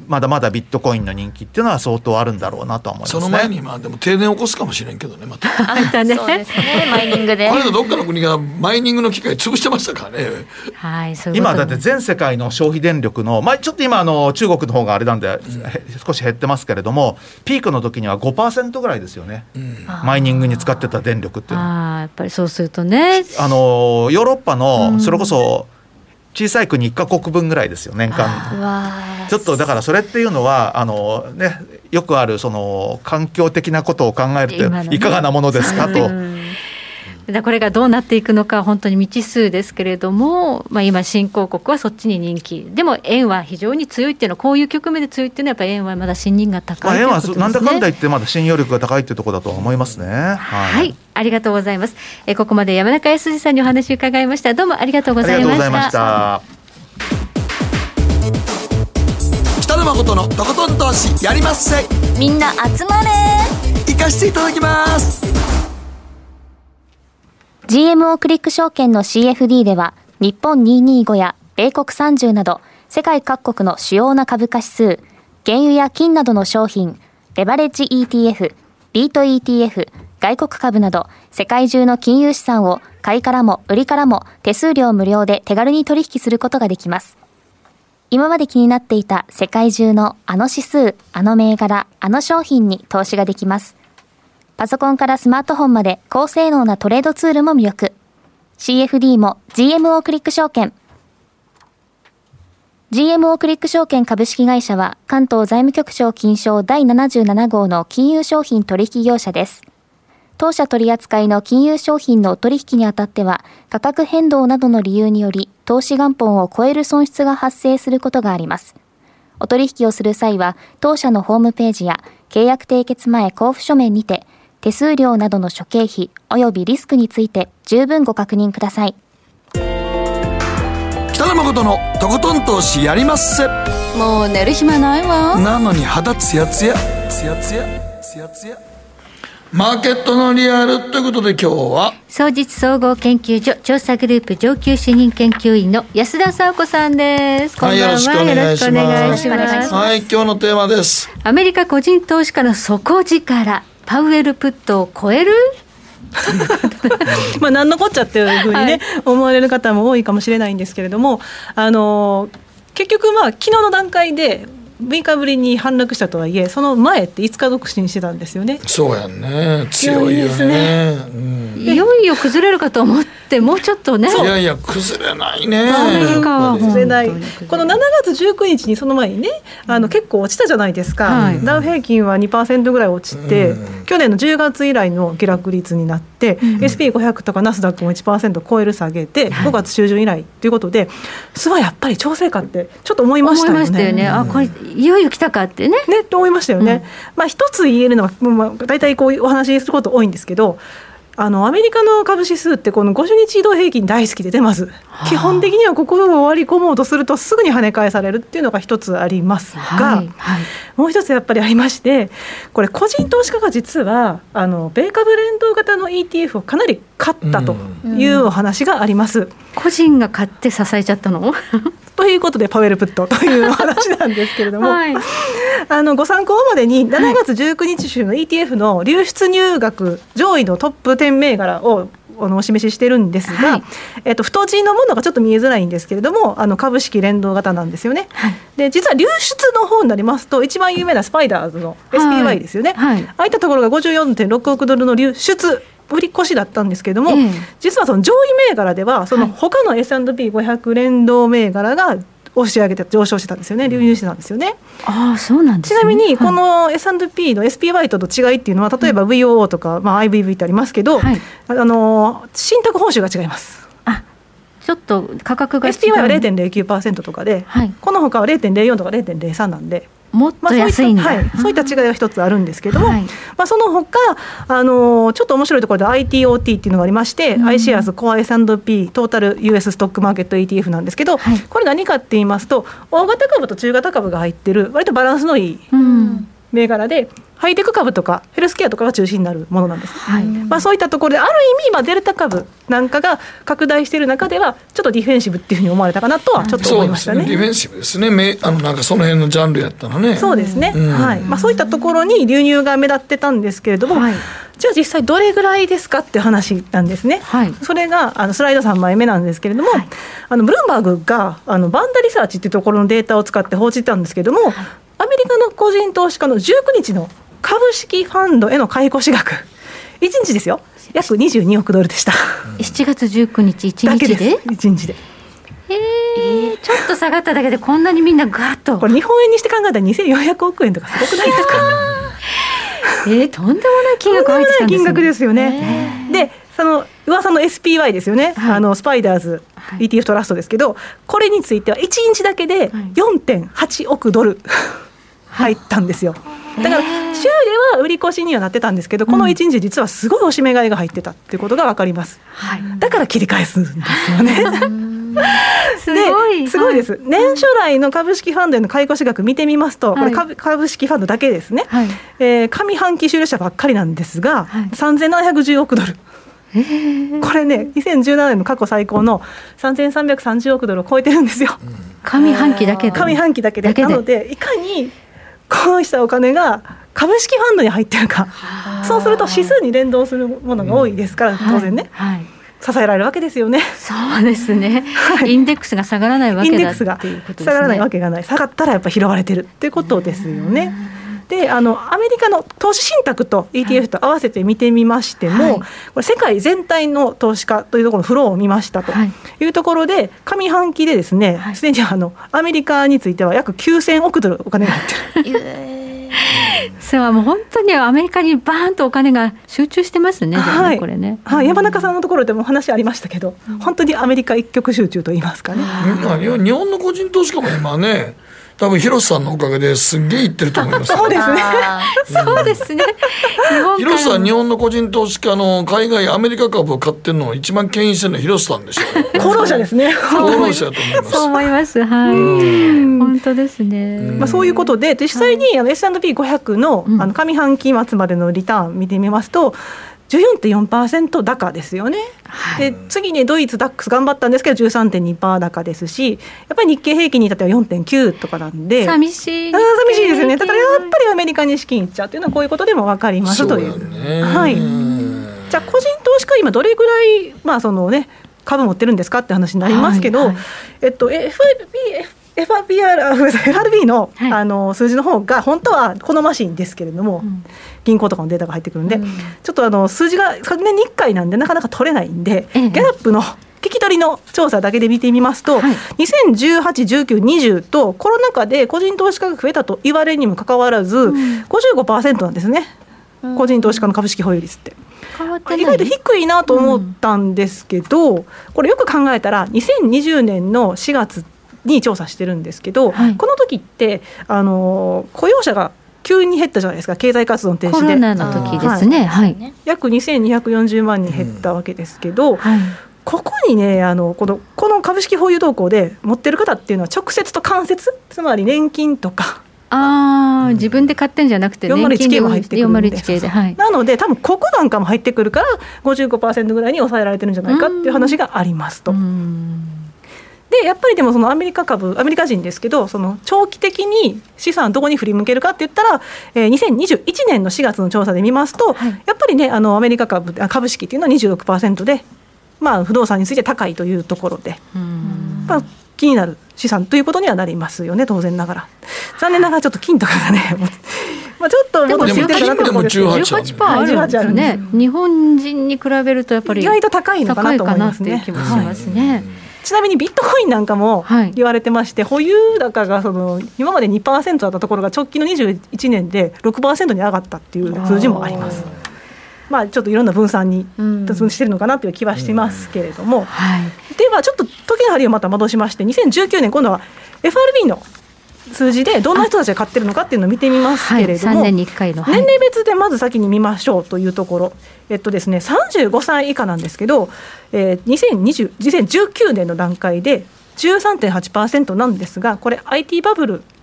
まだまだビットコインの人気っていうのは相当あるんだろうなとは思いますね。 その前にでも停電起こすかもしれんけどね、またね、そうですね、マイニングでこれどっかの国がマイニングの機械潰してましたからね。 はい、 今だって全世界の消費電力の、ちょっと今中国の方があれなんで、少し減ってますけれども、ピークの時には 5% ぐらいですよね、マイニングに使ってた電力っていうのは。 やっぱりそうするとね、 ヨーロッパのそれこそ小さい国1カ国分ぐらいですよ、年間。ちょっとだからそれっていうのはよくあるその環境的なことを考えるといかがなものですかと。 これがどうなっていくのか本当に未知数ですけれども、今新興国はそっちに人気でも円は非常に強いっていうのは、こういう局面で強いっていうのはやっぱり円はまだ信任が高いということですね。 円はなんだかんだ言ってまだ信用力が高いっていうところだと思いますね。 はい、ありがとうございます。ここまで山中康さんにお話を伺いました。どうもありがとうございました。 ありがとうございました。 北野誠のとことん投資やりまっせ。 みんな集まれ。 行かしていただきます。 GMO クリック証券の CFD では日本225や米国30など世界各国の主要な株価指数、原油や金などの商品、レバレッジ ETF、ビート ETF、外国株など世界中の金融資産を買いからも売りからも手数料無料で手軽に取引することができます。今まで気になっていた世界中のあの指数、あの銘柄、あの商品に投資ができます。パソコンからスマートフォンまで高性能なトレードツールも魅力。CFD も GMO クリック証券。GMO クリック証券株式会社は関東財務局長金賞第77号の金融商品取引業者です。当社取扱いの金融商品の取引にあたっては価格変動などの理由により投資元本を超える損失が発生することがあります。お取引をする際は当社のホームページや契約締結前交付書面にて手数料などの諸経費及びリスクについて十分ご確認ください。 北野誠のとことん投資やりまっせ。 もう寝る暇ないわ。 なのに肌ツヤツヤツヤツヤツヤツヤ。マーケットのリアルということで、今日は双日総合研究所調査グループ上級主任研究員の安田佐和子さんです。こんばんは。 よろしくお願いします。 はい、 今日のテーマです。 アメリカ個人投資家の底力、パウエルプットを超える何のこっちゃっていうふうにね、思われる方も多いかもしれないんですけれども、結局昨日の段階で6日ぶりに反落したとはいえ、その前って5日独身してたんですよね。 そうやんね、強いよね。 いよいよ崩れるかと思ってもうちょっとね。 いやいや崩れないね。 崩れない。この7月19日にその前にね、結構落ちたじゃないですか、ダウ平均は 2% ぐらい落ちて、去年の10月以来の下落率になって、SP500 とかナスダックも 1% 超える下げで、5月中旬以来ということで、すごいやっぱり調整かってちょっと思いましたよね。 思いましたよね。あ、これいよいよ来たかってねって思いましたよね。一つ言えるのは、大体こういうお話しすること多いんですけど、アメリカの株指数ってこの50日移動平均大好きで出ます。基本的にはここを割り込もうとするとすぐに跳ね返されるっていうのが一つありますが、もう一つやっぱりありまして、これ個人投資家が実は米株連動型の ETF をかなり買ったというお話があります。 個人が買って支えちゃったのということでパウエルプットという話なんですけれども、ご参考までに7月19日週の ETF の流出入額上位のトップ10銘柄をお示ししてるんですが、太字のものがちょっと見えづらいんですけれども、株式連動型なんですよね。で実は流出の方になりますと、一番有名なスパイダーズの SPY ですよね。ああいったところが 54.6 億ドルの流出売り越しだったんですけれども、実はその上位銘柄ではその他の S&P500 連動銘柄が押し上げて上昇してたんですよね。流入してたんですよね。 そうなんですね。 ちなみにこの S&P の SPY との違いっていうのは、例えば VOO とか、IVV ってありますけど、信託報酬が違います。 ちょっと価格が違う。 SPY は 0.09% とかで、この他は 0.04 とか 0.03 なんで、 もっと安いんだ。 そういった違いが一つあるんですけども、その他ちょっと面白いところで ITOT っていうのがありまして、iShares Core S&P トータル US ストックマーケット ETF なんですけど、これ何かって言いますと、大型株と中型株が入ってる割とバランスのいい銘銘柄でハイテク株とかヘルスケアとかが中心になるものなんです、そういったところである意味、デルタ株なんかが拡大している中ではちょっとディフェンシブっていうふうに思われたかなとはちょっと思いましたね。 そうですね、ディフェンシブですね。なんかその辺のジャンルやったのね。 そうですね、そういったところに流入が目立ってたんですけれども、じゃあ実際どれぐらいですかっていう話なんですね、それがスライド3枚目なんですけれども、ブルームバーグがバンダリサーチっていうところのデータを使って報じたんですけれども、アメリカの個人投資家の19日の株式ファンドへの買い越し額、1日ですよ、約22億ドルでした。 7月19日1日でだけです。1日でちょっと下がっただけでこんなにみんなガーッと、 これ日本円にして考えたら2400億円とかすごくないですかとんでもない金額入ってきたんですね。 金額ですよね。でその噂の SPY ですよね、スパイダーズ ETF トラストですけど、これについては1日だけで 4.8 億ドル入ったんですよ。だから週では売り越しにはなってたんですけど、この1日実はすごい押し目買いが入ってたっていうことが分かります、だから切り返すんですよねすごいです、年初来の株式ファンドへの買い越し額見てみますと、これ株式ファンドだけですね、上半期終了者ばっかりなんですが、3710億ドル、これね2017年の過去最高の3330億ドルを超えてるんですよ、 上半期だけで。 なのでいかにこうしたお金が株式ファンドに入ってるか、そうすると指数に連動するものが多いですから、当然ね、支えられるわけですよね。 そうですね、インデックスが下がらないわけだっていうことですね。 下がらないわけがない、下がったらやっぱ拾われてるっていうことですよね。でアメリカの投資信託と ETF と合わせて見てみましても、これ世界全体の投資家というところのフローを見ましたというところで、上半期でですね、すでにアメリカについては約9000億ドルお金が入ってるそうもう本当にアメリカにバーンとお金が集中してますね、これね、 山中さんのところでも話ありましたけど、本当にアメリカ一極集中と言いますかね、 日本の個人投資家も今ね、多分広瀬さんのおかげですんげえ言ってると思いますそうですねそうですね、 広瀬さん、日本の個人投資家の海外アメリカ株を買ってるのを一番牽引してるのは広瀬さんでしょう。 功労者ですね。 功労者だと思います。 そう思います。本当ですね。 そういうことで、実際にS&P500 の上半期末までのリターン見てみますと、14.4% 高ですよね、で次にドイツダックス頑張ったんですけど 13.2% 高ですし、やっぱり日経平均に至っては 4.9 とかなんで寂しいですよね。だからやっぱりアメリカに資金いっちゃうっていうのはこういうことでも分かりますという。じゃあ個人投資家今どれぐらい、株持ってるんですかって話になりますけど、FRB の、数字の方が本当は好ましいんですけれども、銀行とかのデータが入ってくるんで、ちょっと数字が3年に1回なんでなかなか取れないんで、ギャラップの聞き取りの調査だけで見てみますと、2018、19、20とコロナ禍で個人投資家が増えたと言われるにもかかわらず、55% なんですね、個人投資家の株式保有率って。意外と低いなと思ったんですけど、これよく考えたら2020年の4月に調査してるんですけど、この時って雇用者が急に減ったじゃないですか、経済活動の停止で。 コロナの時ですね、 約2240万人減ったわけですけど、ここにねこの株式保有動向で持ってる方っていうのは直接と間接、つまり年金とか自分で買ってんじゃなくて年金でも入ってくるんで、401系で、 なので多分ここなんかも入ってくるから 55% ぐらいに抑えられてるんじゃないかっていう話がありますと。でやっぱりでもそのアメリカ人ですけど、その長期的に資産どこに振り向けるかって言ったら、2021年の4月の調査で見ますと、やっぱりねアメリカ株式っていうのは 26% で、不動産について高いというところで、気になる資産ということにはなりますよね、当然ながら。残念ながらちょっと金とかがねちょっと戻していただなと思うんですけど、 18% あるんですね。日本人に比べるとやっぱり意外と高いのかなと思いますね。 高いかなっていう気もしますね。 ちなみにビットコインなんかも言われてまして、保有高が今まで 2% だったところが直近の21年で 6% に上がったっていう数字もあります。ちょっといろんな分散にしてるのかなという気はしてますけれども、ではちょっと時の針をまた戻しまして、2019年今度は FRB の数字でどんな人たちが買ってるのかっていうのを見てみますけれども、 3年に1回の、 年齢別でまず先に見ましょうというところ、ですね、35歳以下なんですけど、2019年の段階で 13.8% なんですが、これ IT バブル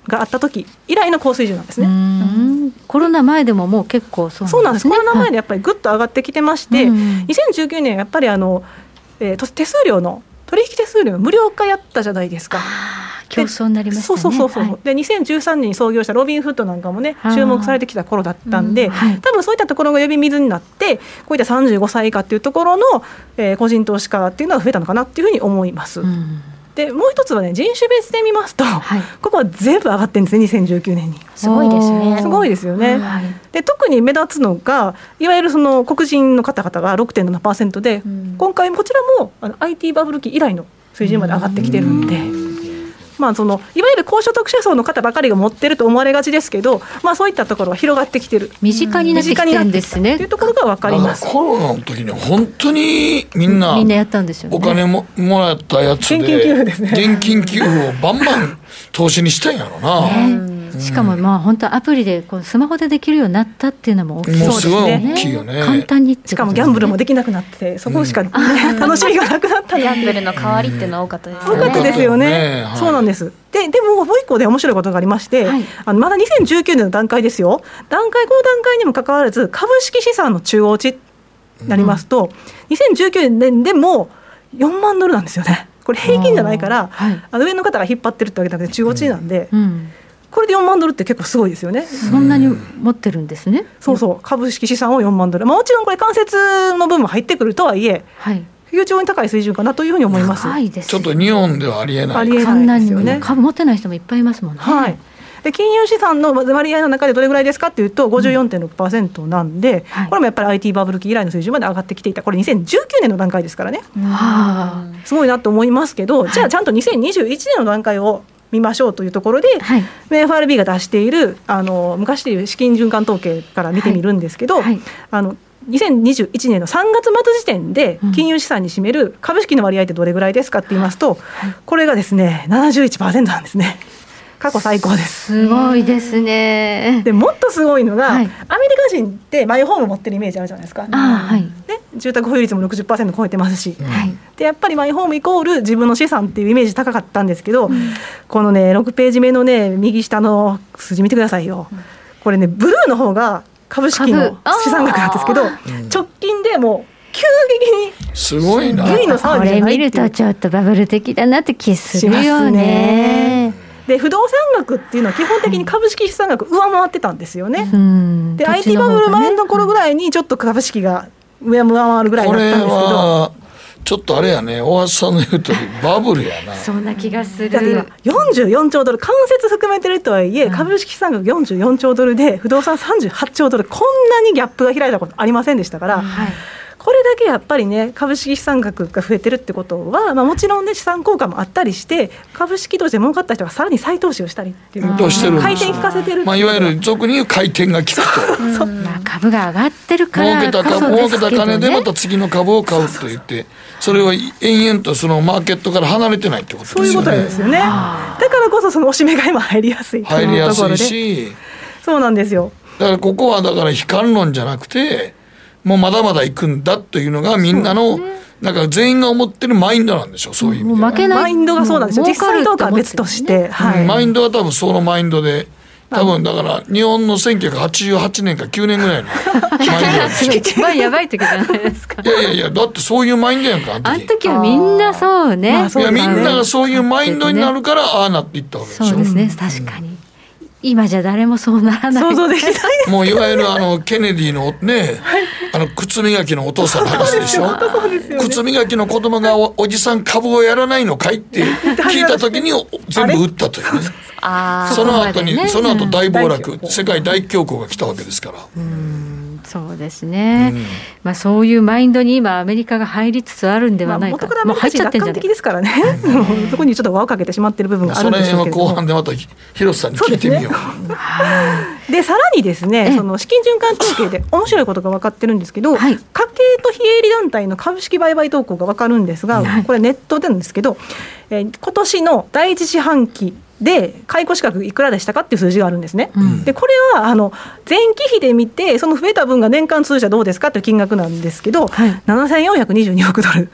があった時以来の高水準なんですね。 コロナ前でももう結構そうなんです。コロナ前でやっぱりぐっと上がってきてまして、2019年やっぱり手数料の取引手数料無料化やったじゃないですか。 競争になりましたね。 そうで2013年に創業したロビンフッドなんかもね注目されてきた頃だったんで、多分そういったところが呼び水になってこういった35歳以下っていうところの、個人投資家っていうのが増えたのかなっていうふうに思います。でもう一つはね人種別で見ますと、ここは全部上がってるんですね。2019年にすごいですね。 すごいですよね。で特に目立つのがいわゆるその黒人の方々が 6.7% で、今回こちらもIT バブル期以来の水準まで上がってきてるんで、いわゆる高所得者層の方ばかりが持ってると思われがちですけど、そういったところは広がってきてる、 身近になってきてるんですねというところが分かります。 コロナの時に本当にみんなやったんですよね。 お金もらったやつで現金給付ですね。 現金給付をバンバン投資にしたんやろな。 しかも本当アプリでスマホでできるようになったっていうのも大きいですね。 もうすごい大きいよね。 簡単に、 しかもギャンブルもできなくなってそこしか、楽しみがなくなったギャンブルの代わりっていうのは多かったですよね。 多かったですよね。そうなんです。でももう一個で面白いことがありまして、まだ2019年の段階ですよ。この段階にもかかわらず株式資産の中央値になりますと、2019年でも4万ドルなんですよね。これ平均じゃないから、上の方が引っ張ってるってわけだけど中央値なんで、これで4万ドルって結構すごいですよね。 そんなに持ってるんですね。 そう株式資産を4万ドル、もちろんこれ間接の分も入ってくるとはいえ、非常に高い水準かなというふうに思います。 高いですね。 ちょっと日本ではありえない。 ありえないですよね。 株持ってない人もいっぱいいますもんね。 で金融資産の割合の中でどれぐらいですかっていうと 54.6% なんで、これもやっぱり IT バブル期以来の水準まで上がってきていた。これ2019年の段階ですからね。すごいなと思いますけど、じゃあちゃんと2021年の段階を見ましょうというところで、FRB が出している昔でいう資金循環統計から見てみるんですけど、2021年の3月末時点で金融資産に占める株式の割合ってどれぐらいですかって言いますと、これがですね 71% なんですね。過去最高です。 すごいですね。 でもっとすごいのが、アメリカ人ってマイホーム持ってるイメージあるじゃないですか。住宅保有率も 60% 超えてますし、でやっぱりマイホームイコール自分の資産っていうイメージ高かったんですけど、このね6ページ目のね右下の数字見てくださいよ。これねブルーの方が株式の資産額なんですけど、直近でもう急激にすごいな。 これ見るとちょっとバブル的だなって気するよね。 で不動産額っていうのは基本的に株式資産額上回ってたんですよね。で IT バブル前の頃ぐらいにちょっと株式が上回るぐらいだったんですけど、これはちょっとあれやね、大橋さんの言う通りバブルやな。 そんな気がする。 だって今44兆ドル間接含めてるとはいえ、株式資産額44兆ドルで不動産38兆ドル、こんなにギャップが開いたことありませんでしたから、これだけやっぱりね株式資産額が増えてるってことは、もちろんね資産効果もあったりして株式投資で儲かった人がさらに再投資をしたりっていう回転効かせてる、 いわゆる俗に言う回転が効くと株が上がってるからこそですけどね。 儲けた金でまた次の株を買うと言って、それは延々とそのマーケットから離れてないってことですよね。 そういうことですよね。だからこそそのおしめ買いも入りやすい入りやすいし、 そうなんですよ。 だからここはだから悲観論じゃなくて、もうまだまだ行くんだというのがみんなのなんか全員が思ってるマインドなんでしょう。そういう意味では負けないマインドがそうなんですよ。実際とかは別として、 マインドは多分そのマインドで、多分だから日本の1988年か9年ぐらいのマインドなんですよ。 一番やばい時じゃないですか。 いやだってそういうマインドやんか。 あの時はみんなそうね。 いやみんながそういうマインドになるからああなっていったわけでしょ。 そうですね、確かに。今じゃ誰もそうならない。 想像できないです。 もういわゆるケネディのね、靴磨きのお父さんの話でしょ。靴磨きの子供が おじさん株をやらないのかいって聞いた時に全部売ったというね。その後大暴落、世界大恐慌が来たわけですから。 そうですね、そういうマインドに今アメリカが入りつつあるんではないか。 元からアメリカ人楽観的ですからね。そこにちょっと輪をかけてしまっている部分があるんでしょうけど、 その辺は後半でまた広瀬さんに聞いてみよう。でさらにですね、その資金循環統計で面白いことが分かってるんですけど、家計と非営利団体の株式売買動向が分かるんですが、これネットでなんですけど、今年の第一四半期で解雇資格いくらでしたかっていう数字があるんですね、でこれは前期比で見てその増えた分が年間通じはどうですかという金額なんですけど、7422億ドル。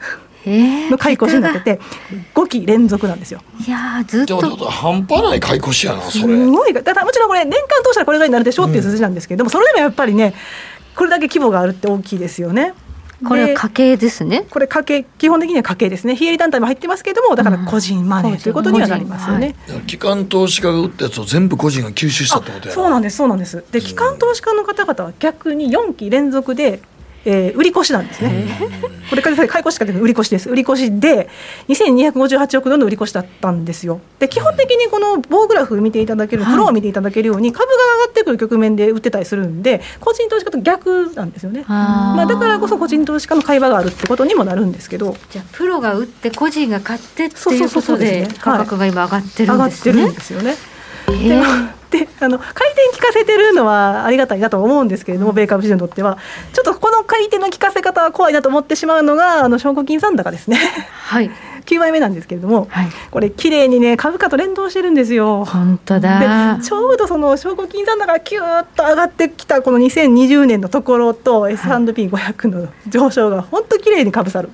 の買い越しになってて、5期連続なんですよ。 いやずっと半端ない買い越しやなそれ。 すごい。だからもちろんこれ年間通したらこれぐらいになるでしょうっていう数字なんですけれども、それでもやっぱりねこれだけ規模があるって大きいですよね。 これは家計ですね。 これ家計、基本的には家計ですね。非営利団体も入ってますけども、だから個人マネーということにはなりますよね。 機関投資家が売ったやつを全部個人が吸収したってことやな。 そうなんです、そうなんです。で機関投資家の方々は逆に4期連続で売り越しなんですね。これから買い越しかで売り越しです。売り越しで2258億ドルの売り越しだったんですよ。で基本的にこの棒グラフ見ていただける、フローを見ていただけるように株が上がってくる局面で売ってたりするんで、個人投資家と逆なんですよね。まあ、だからこそ個人投資家の買い場があるってことにもなるんですけど、 じゃあプロが売って個人が買ってっていうことで価格が今上がってるんですね。 上がってるんですよね。で回転効かせてるのはありがたいなと思うんですけれども、米株市場にとってはちょっとこの回転の効かせ方は怖いなと思ってしまうのが証拠金残高ですね。 はい、 9倍目なんですけれども、はい、これ綺麗にね株価と連動してるんですよ。 本当だ。 でちょうどその証拠金残高がキューッと上がってきたこの2020年のところと S&P500 の上昇が本当綺麗にかぶさる。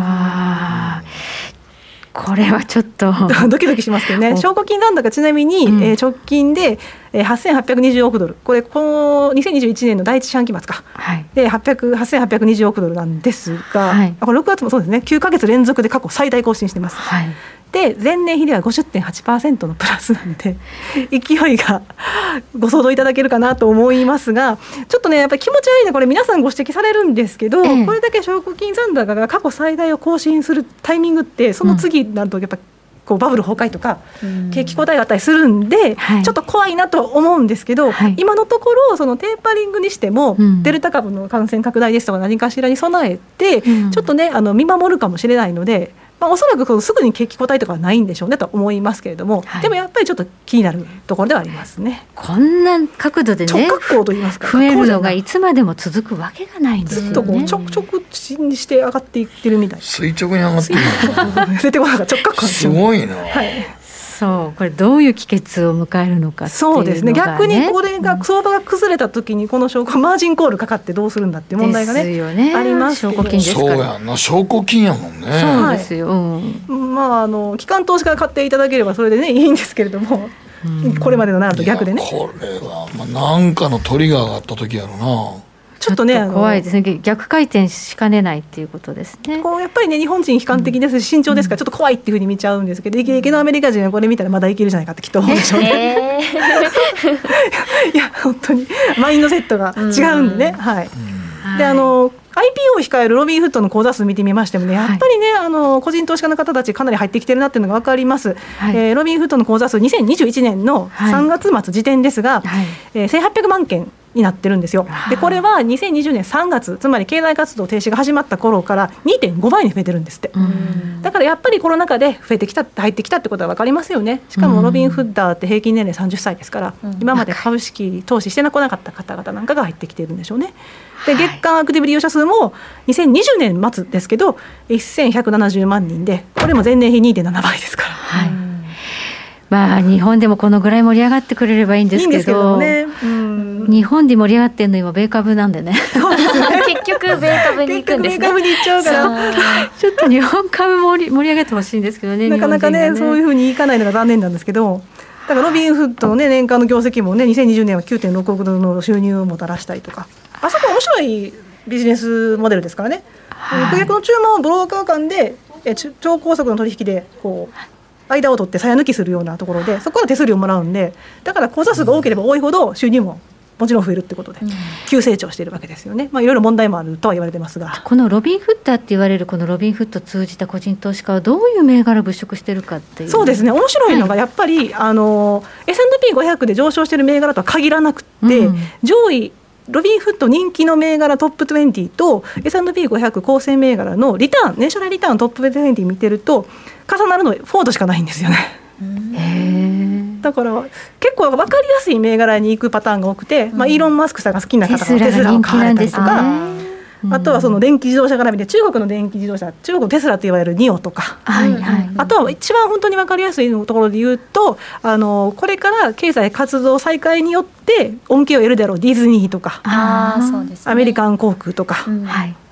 これはちょっとドキドキしますけどね。証拠金残高ちなみに、直近で8820億ドル、この2021年の第一四半期末か、はい、で8820億ドルなんですが、はい、これ6月もそうですね、9ヶ月連続で過去最大更新してます。はい、で前年比では 50.8% のプラスなんで勢いがご想像いただけるかなと思いますが、ちょっとねやっぱり気持ち悪いね、これ皆さんご指摘されるんですけど、これだけ証拠金残高が過去最大を更新するタイミングってその次になるとやっぱこうバブル崩壊とか景気後退があったりするんで、はい、ちょっと怖いなと思うんですけど、はい、今のところそのテーパリングにしても、デルタ株の感染拡大ですとか何かしらに備えて、ちょっとね見守るかもしれないので、おそらくすぐに景気後退とかはないんでしょうねと思いますけれども、はい、でもやっぱりちょっと気になるところではありますね。 こんな角度でね直角行と言いますか、 増えるのがいつまでも続くわけがないんですよね。 ずっとこう直進して上がっていってるみたいな。 垂直に上がってる出てこなかった直角すごいな、 はい、そうこれどういう帰結を迎えるのかっていうのが、ね、 そうですね。逆にこれが相場が崩れた時にこの証拠マージンコールかかってどうするんだっていう問題が ねありますけど、 証拠金ですから。 そうやんな、証拠金やもんね。 そうですよ、 まあ機関投資家が買っていただければそれでねいいんですけれども、これまでのなると逆でね、 これは何かのトリガーがあった時やろな。 ちょっとね怖いですね。逆回転しかねないっていうことですね。 こうやっぱりね日本人悲観的ですし慎重ですからちょっと怖いっていうふうに見ちゃうんですけど、イケイケのアメリカ人はこれ見たらまだいけるじゃないかってきっと思うんでしょうね。いや本当にマインドセットが違うんでね、はい。でIPO を控えるロビンフットの口座数見てみましてもね、やっぱりね、個人投資家の方たちかなり入ってきてるなっていうのが分かります。はい、ロビンフットの口座数2021年の3月末時点ですが、1800万件になってるんですよ。でこれは2020年3月、つまり経済活動停止が始まった頃から 2.5 倍に増えてるんですって。だからやっぱりコロナ禍で増えてきた入ってきたってことは分かりますよね。しかもロビンフッダーって平均年齢30歳ですから、今まで株式投資してこなかった方々なんかが入ってきてるんでしょうね。で月間アクティブ利用者数も2020年末ですけど1170万人で、これも前年比 2.7 倍ですから、はい。 まあ、日本でもこのぐらい盛り上がってくれればいいんですけど、 ね、 日本で盛り上がってるの今米株なんでね。 そうですね。結局米株に行くんですね。 米株に行っちゃうからちょっと日本株盛り上げてほしいんですけどね。 なかなかねそういうふうにいかないのが残念なんですけど、だからロビンフッドの、ね、年間の業績もね2020年は 9.6 億ドルの収入をもたらしたりとか、あそこ面白いビジネスモデルですからね。顧客の注文をブローカー間で超高速の取引でこう間を取って鞘抜きするようなところで、そこから手数料をもらうんで、だから口座数が多ければ多いほど収入ももちろん増えるってことで、急成長しているわけですよね。まあいろいろ問題もあるとは言われてますが、 このロビンフッダーって言われるこのロビンフッドを通じた個人投資家はどういう銘柄を物色してるかっていう。 そうですね、面白いのがやっぱり、S&P500 で上昇している銘柄とは限らなくて、上位ロビンフッド人気の銘柄トップ20と S&P500 構成銘柄のリターン、年初来リターントップ20見てると重なるのフォードしかないんですよね。だから結構分かりやすい銘柄に行くパターンが多くて、イーロン・マスクさんが好きな方がテスラを買われたりとか、あとはその電気自動車絡みで中国の電気自動車、中国のテスラといわれるニオとか、あとは一番本当に分かりやすいところで言うと、これから経済活動再開によって恩恵を得るであろうディズニーとか、 そうですね、 アメリカン航空とか、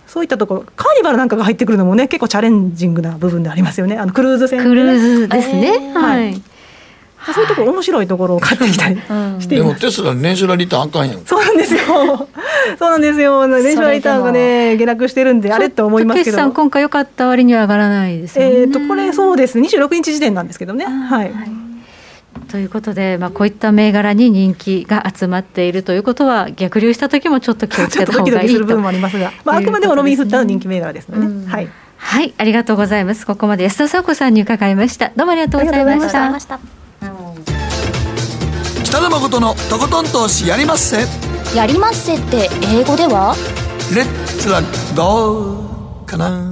そういったところカーニバルなんかが入ってくるのもね結構チャレンジングな部分でありますよね。クルーズ船で、ね、 クルーズですね、はい、 そういうところ面白いところを買ってきたりしています。 でもテスラ年収ラリターンあかんやん。 そうなんですよそうなんですよ。年収ラリターンがね下落してるんであれと思いますけど、 決算今回良かった割には上がらないですよね。 これそうです26日時点なんですけどね。はい、 ということで、こういった銘柄に人気が集まっているということは逆流した時もちょっと気をつけた方がいいと。ちょっとドキドキする部分もありますが、あくまでもロビンフッターの人気銘柄ですので、はい、はい、ありがとうございます。ここまで安田紗子さんに伺いました。どうもありがとうございました。 北野誠のとことん投資やりまっせ。 やりまっせって英語ではレッツラゴーかな。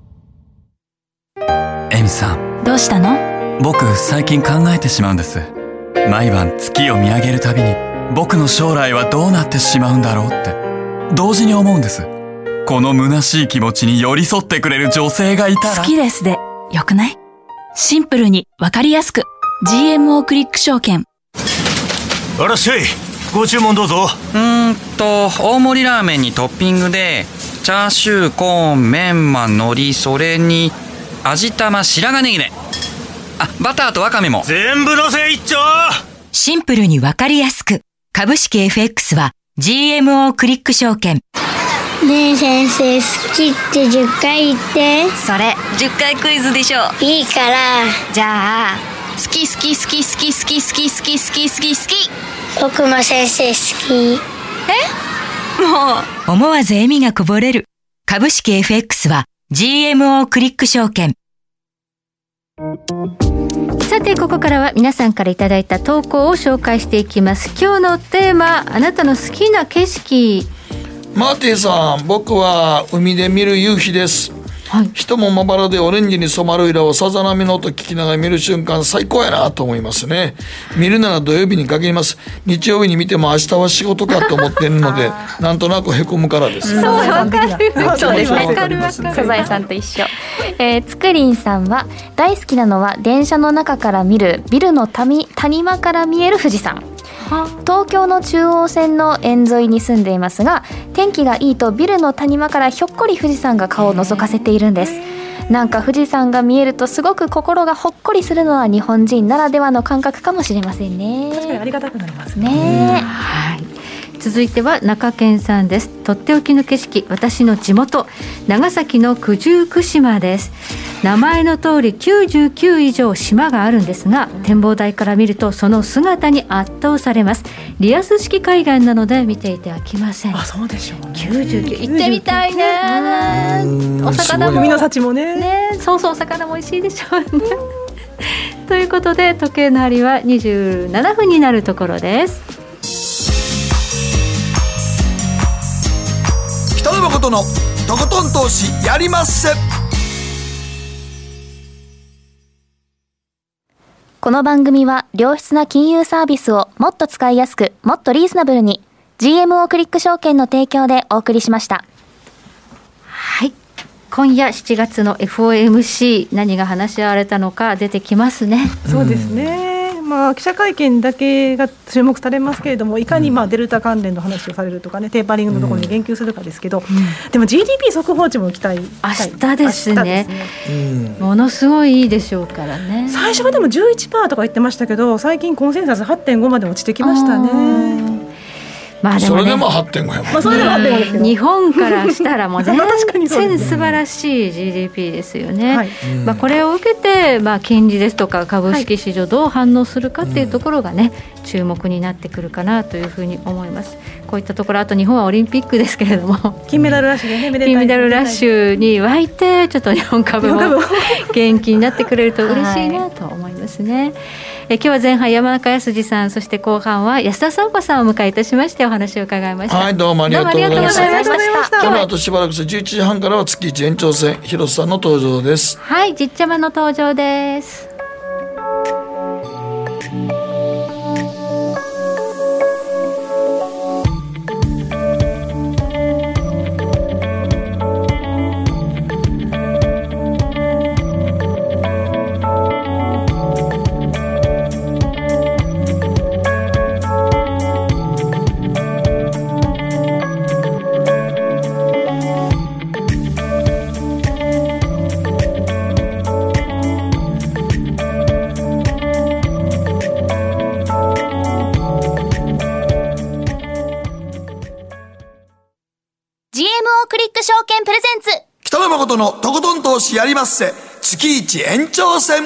エミさん、 どうしたの？ 僕最近考えてしまうんです。毎晩月を見上げるたびに僕の将来はどうなってしまうんだろうって同時に思うんです。この虚しい気持ちに寄り添ってくれる女性がいたら。 好きですでよくない？シンプルにわかりやすく GMO クリック証券。 あらっしゃい、ご注文どうぞ。 大盛りラーメンにトッピングでチャーシュー、コーン、メンマ、海苔、それに味玉、白髪ネギね。あ、バターとワカメも全部のせ一丁。 シンプルにわかりやすく株式 FX は GMO クリック証券。 ねえ先生、好きって10回言って。 それ10回クイズでしょ。 いいから。 じゃあ好き好き好き好き好き好き好き好き好き好き。 僕も先生好き。 もう思わず笑みがこぼれる。株式 FX は GMO クリック証券。 さてここからは皆さんからいただいた投稿を紹介していきます。今日のテーマ、あなたの好きな景色。 マーティさん、僕は海で見る夕日です、はい、人もまばらでオレンジに染まる色をさざ波の音聞きながら見る瞬間最高やなと思いますね。見るなら土曜日に限ります。日曜日に見ても明日は仕事かと思っているのでなんとなくへこむからです。 そうわかる。そうですね。サザエさんと一緒。つくりんさんは大好きなのは電車の中から見るビルの谷間から見える富士山。東京の中央線の沿沿いに住んでいますが、天気がいいとビルの谷間からひょっこり富士山が顔を覗かせているんです。なんか富士山が見えるとすごく心がほっこりするのは日本人ならではの感覚かもしれませんね。 確かにありがたくなりますね。 はい、続いては中堅さんです。とっておきの景色、私の地元長崎の九十九島です。名前の通り99以上島があるんですが、展望台から見るとその姿に圧倒されます。リアス式海岸なので見ていて飽きません。 あ、そうでしょうね。 99行ってみたいね。お魚も海の幸も ね、 そうそう、お魚も美味しいでしょうねということで時計の針は27分になるところです。 北野誠のとことん投資やりまっせ。 この番組は良質な金融サービスをもっと使いやすく、もっとリーズナブルに GMO クリック証券の提供でお送りしました。 はい、今夜7月の FOMC 何が話し合われたのか出てきますね。 そうですね、記者会見だけが注目されますけれども、いかにデルタ関連の話をされるとかね、テーパリングのところに言及するかですけど、でも GDP 速報値も期待明日ですね。ものすごいいいでしょうからね。 最初はでも 11% とか言ってましたけど、最近コンセンサス 8.5 まで落ちてきましたね。 でもね、 それでも 8.5 やもん、 それでも 8.5 ですよ。 日本からしたらもう全然素晴らしい GDP ですよね。はい、これを受けて、金利ですとか株式市場どう反応するかっていうところがね、注目になってくるかなというふうに思います。こういったところ、あと日本はオリンピックですけれども、 金メダルラッシュでね、めでたい金メダルラッシュに沸いて、ちょっと日本株も元気になってくれると嬉しいなと思いますね。今日は前半山中康さん、そして後半は安田紗子さんをお迎えいたしましてお話を伺いました。 はい、どうもありがとうございました。 この後しばらく11時半からは月1延長戦、広瀬さんの登場です。 はい、じっちゃまの登場です。 券プレゼンツ、 北野誠のとことん投資やりまっせ月一延長戦。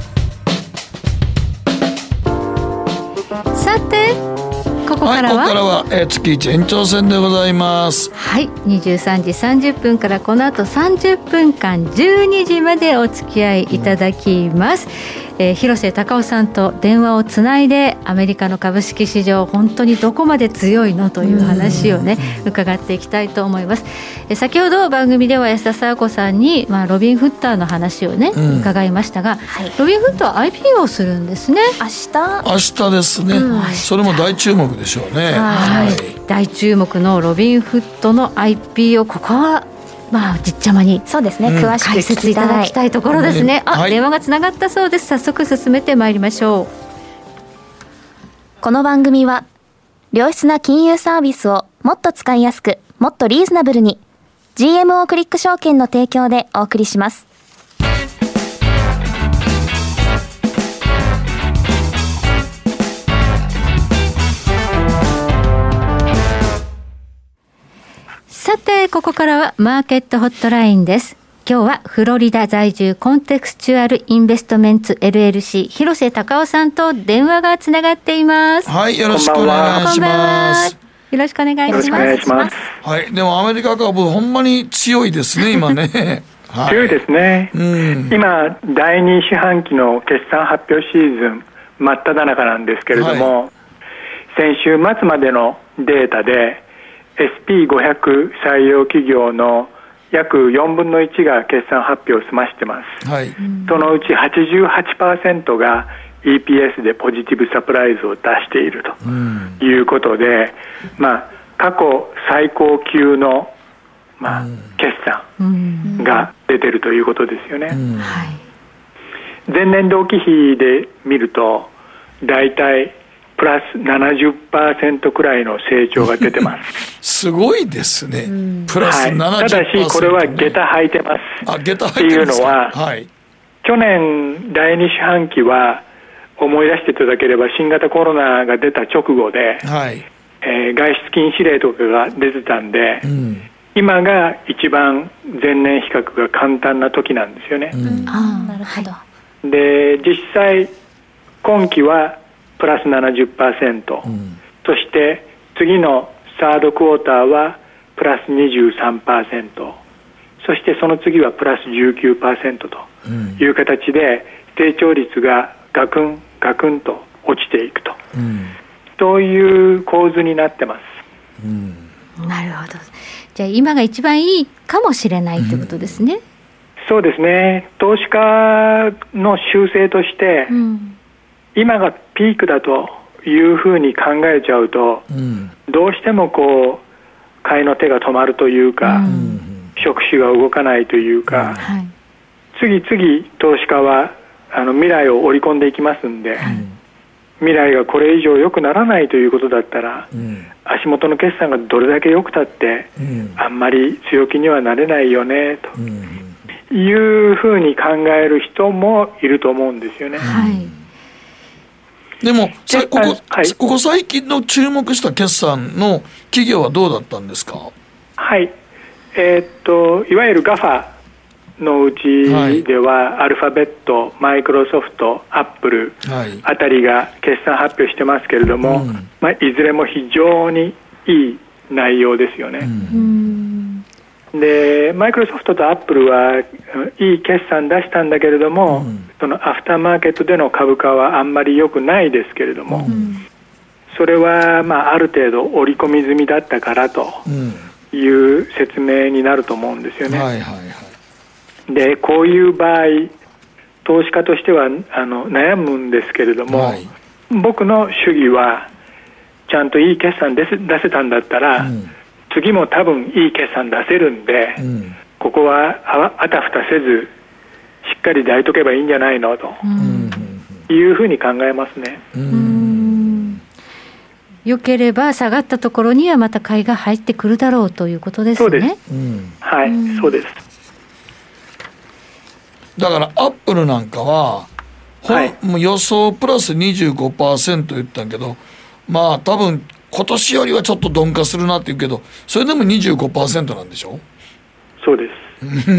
さてここからは、 ここからは、月一延長戦でございます。 はい、23時30分からこの後30分間12時までお付き合いいただきます。広瀬隆夫さんと電話をつないでアメリカの株式市場本当にどこまで強いのという話をね伺っていきたいと思います。先ほど番組では安田佐和子さんに、ロビンフッターの話をね、伺いましたが、ロビンフッター IPO をするんですね。 明日ですね、それも大注目でしょうね。 大注目のロビンフットの IPO、 ここはじっちゃまにそうですね、詳しく解説いただきたいところですね。電話がつながったそうです。早速進めてまいりましょう。 この番組は良質な金融サービスをもっと使いやすく、もっとリーズナブルに GMO クリック証券の提供でお送りします。 さてここからはマーケットホットラインです。今日はフロリダ在住コンテクスチュアルインベストメンツ LLC 広瀬隆夫さんと電話がつながっています。 はい、よろしくお願いします。 よろしくお願いします。 はい、でもアメリカ株ほんまに強いですね今ね。 強いですね、今第2四半期の決算発表シーズン真っ只中なんですけれども、先週末までのデータでSP500 採用企業の約4分の1が決算発表を済ましてます、そのうち 88% が EPS でポジティブサプライズを出しているということで、過去最高級の、決算が出てるということですよね、前年同期比で見るとだいたいプラス 70% くらいの成長が出てますすごいですね、プラス 70%、 ただしこれは下駄履いてます。っていうのは、去年第2四半期は思い出していただければ新型コロナが出た直後で、外出禁止令とかが出てたんで、今が一番前年比較が簡単な時なんですよね、 なるほど。 で実際今期はプラス 70%、そして次のサードクォーターはプラス 23%、そしてその次はプラス 19% という形で成長率がガクンガクンと落ちていくと、そういう構図になってます、 なるほど。じゃあ今が一番いいかもしれないということですね、 そうですね。投資家の習性として、今がピークだというふうに考えちゃうと、どうしてもこう買いの手が止まるというか、触手が動かないというか、次々投資家は未来を織り込んでいきますんで、未来がこれ以上良くならないということだったら、足元の決算がどれだけ良くたって、あんまり強気にはなれないよねというふうに考える人もいると思うんですよね、 でもここ最近の注目した決算の企業はどうだったんですか？ はい、いわゆる GAFA のうちでは、アルファベット、マイクロソフト、アップルあたりが決算発表してますけれども、いずれも非常にいい内容ですよね、でマイクロソフトとアップルはいい決算出したんだけれども、そのアフターマーケットでの株価はあんまり良くないですけれども、それはある程度織り込み済みだったからという説明になると思うんですよね、でこういう場合投資家としては悩むんですけれども、僕の主義はちゃんといい決算出せたんだったら、次も多分いい決算出せるんで、ここはあたふたせずしっかり抱いとけばいいんじゃないのというふうに考えますね。 良ければ下がったところにはまた買いが入ってくるだろうということですね。 そうです、はい、そうです。 だからアップルなんかは、もう予想プラス 25% 言ったんけど、多分今年よりはちょっと鈍化するなって言うけど、それでも 25% なんでしょ？ そうです。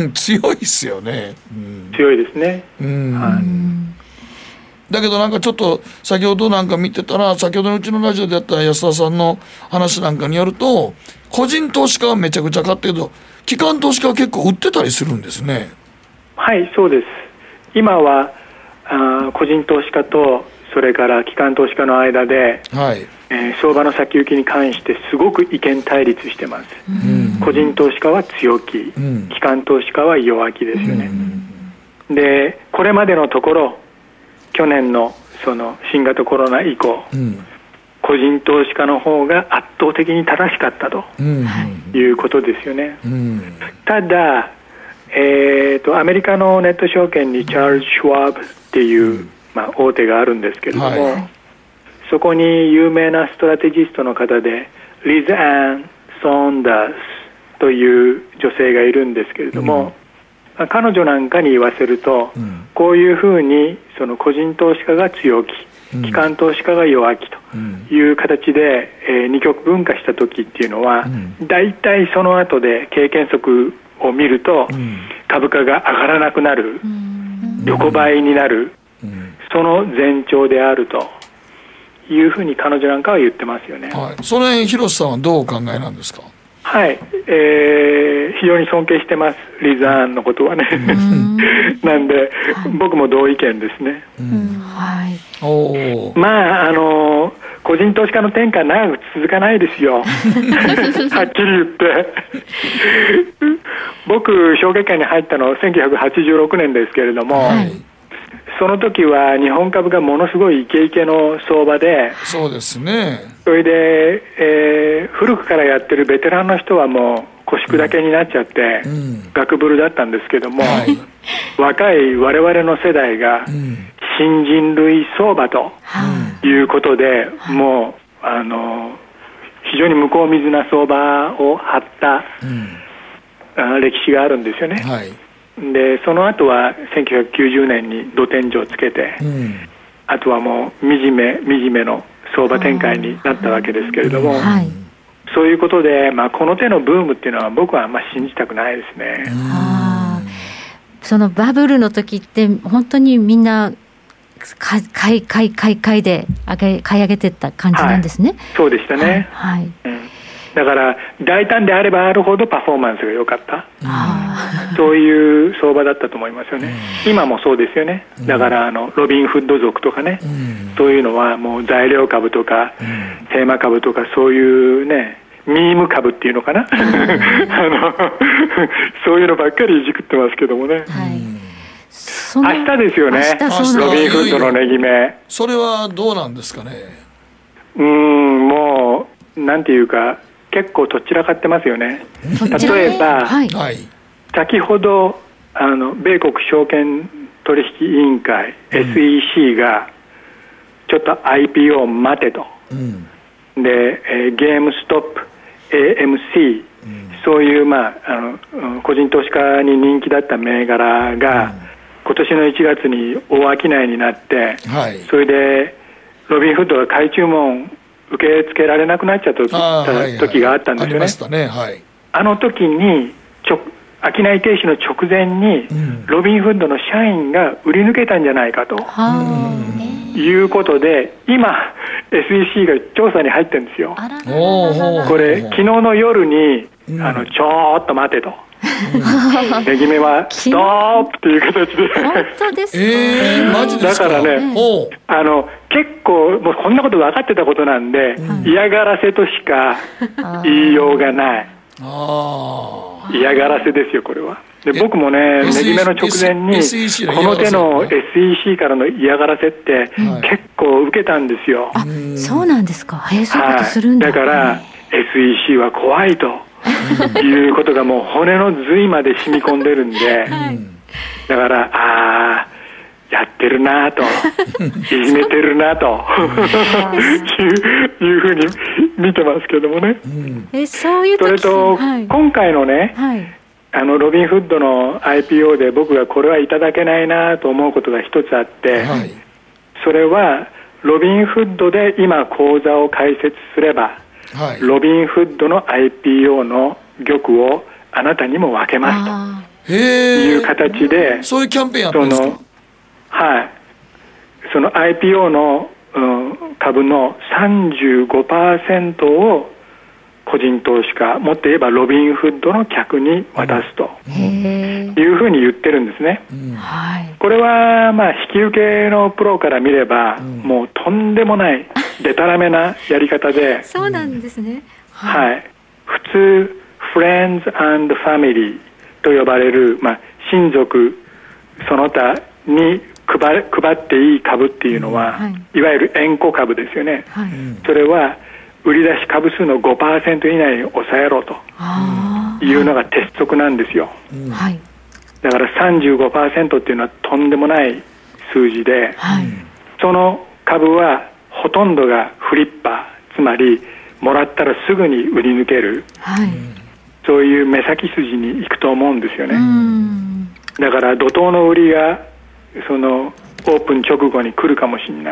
強いですよね。 強いですね。 だけどなんかちょっと先ほどなんか見てたら、先ほどのうちのラジオでやった安田さんの話なんかによると、個人投資家はめちゃくちゃ買ってるけど、機関投資家は結構売ってたりするんですね。 はい、そうです。今は個人投資家とそれから機関投資家の間で、相場の先行きに関してすごく意見対立してます。個人投資家は強気、機関投資家は弱気ですよね。で、これまでのところ去年のその新型コロナ以降、個人投資家の方が圧倒的に正しかったということですよね。ただ、アメリカのネット証券にチャールズ・シュワーブっていう、大手があるんですけれども、そこに有名なストラテジストの方でリズ・アン・ソンダースという女性がいるんですけれども、彼女なんかに言わせると、こういうふうにその個人投資家が強気、機関投資家が弱気という形で、二極分化した時っていうのは、だいたいその後で経験則を見ると、株価が上がらなくなる、横ばいになる、その前兆であるというふうに彼女なんかは言ってますよね。 その辺広瀬さんはどうお考えなんですか？ はい、非常に尊敬してます、リザーンのことはね。なんで、僕も同意見ですね。個人投資家の転換長く続かないですよ。はっきり言って。僕、証券会に入ったの1986年ですけれども、その時は日本株がものすごいイケイケの相場で、 そうですね。 それで、古くからやってるベテランの人はもう腰砕けになっちゃって、ガクブルだったんですけども、若い我々の世代が新人類相場ということで、もう非常に向こう水な相場を張った、歴史があるんですよね。でその後は1990年に土天井をつけて、あとはもう惨めの相場展開になったわけですけれども、そういうことで、この手のブームっていうのは僕はあんまり信じたくないですね。 そのバブルの時って本当にみんな買いで買い上げてった感じなんですね。 そうでしたね。だから大胆であればあるほどパフォーマンスが良かった、そういう相場だったと思いますよね。今もそうですよね。だからロビンフッド族とかね、そういうのはもう材料株とか、テーマ株とか、そういうねミーム株っていうのかな、そういうのばっかりいじくってますけどもね。明日ですよね、ロビンフッドの値決め。 それはどうなんですかね。 もうなんていうか結構とっちらかってますよね。例えば、先ほど米国証券取引委員会、SEC がちょっと IPO を待てと、でゲームストップ AMC、そういう、個人投資家に人気だった銘柄が、今年の1月に大商いになって、それでロビンフッドが買い注文受け付けられなくなっちゃった時があったんですよね。あの時に商い停止の直前に、ロビンフッドの社員が売り抜けたんじゃないかということで、今 SEC が調査に入ってるんですよ。これ昨日の夜にちょっと待てと、値決めはストップという形で本当ですか。 マジですか。 だからね、結構もうこんなこと分かってたことなんで、嫌がらせとしか言いようがない。嫌がらせですよこれは。で僕もね、値決めの直前にこの手の SEC からの嫌がらせって結構受けたんですよ。 そうなんですか。そういうことするんだ。 だから、SEC は怖いということがもう骨の髄まで染み込んでるんで、だからやってるなといじめてるなというふうに見てますけどもね。 そういう時、 それと、今回のね、ロビンフッドの IPO で僕がこれはいただけないなと思うことが一つあって、それはロビンフッドで今口座を開設すれば、ロビンフッドの IPO の玉をあなたにも分けますという形で、 そういうキャンペーンやったんですか？ はい、その IPO の、株の 35% を個人投資家、もっと言えばロビンフッドの客に渡すというふうに言ってるんですね。これはまあ引き受けのプロから見れば、もうとんでもないデタラメなやり方でそうなんですね。 はい、普通フレンズ&ファミリーと呼ばれる、まあ、親族その他に配っていい株っていうのは、いわゆる縁故株ですよね。それは売り出し株数の 5% 以内に抑えろというのが鉄則なんですよ。だから 35% っていうのはとんでもない数字で、その株はほとんどがフリッパー、つまりもらったらすぐに売り抜ける、そういう目先筋に行くと思うんですよね。だから怒涛の売りがそのオープン直後に来るかもしれない。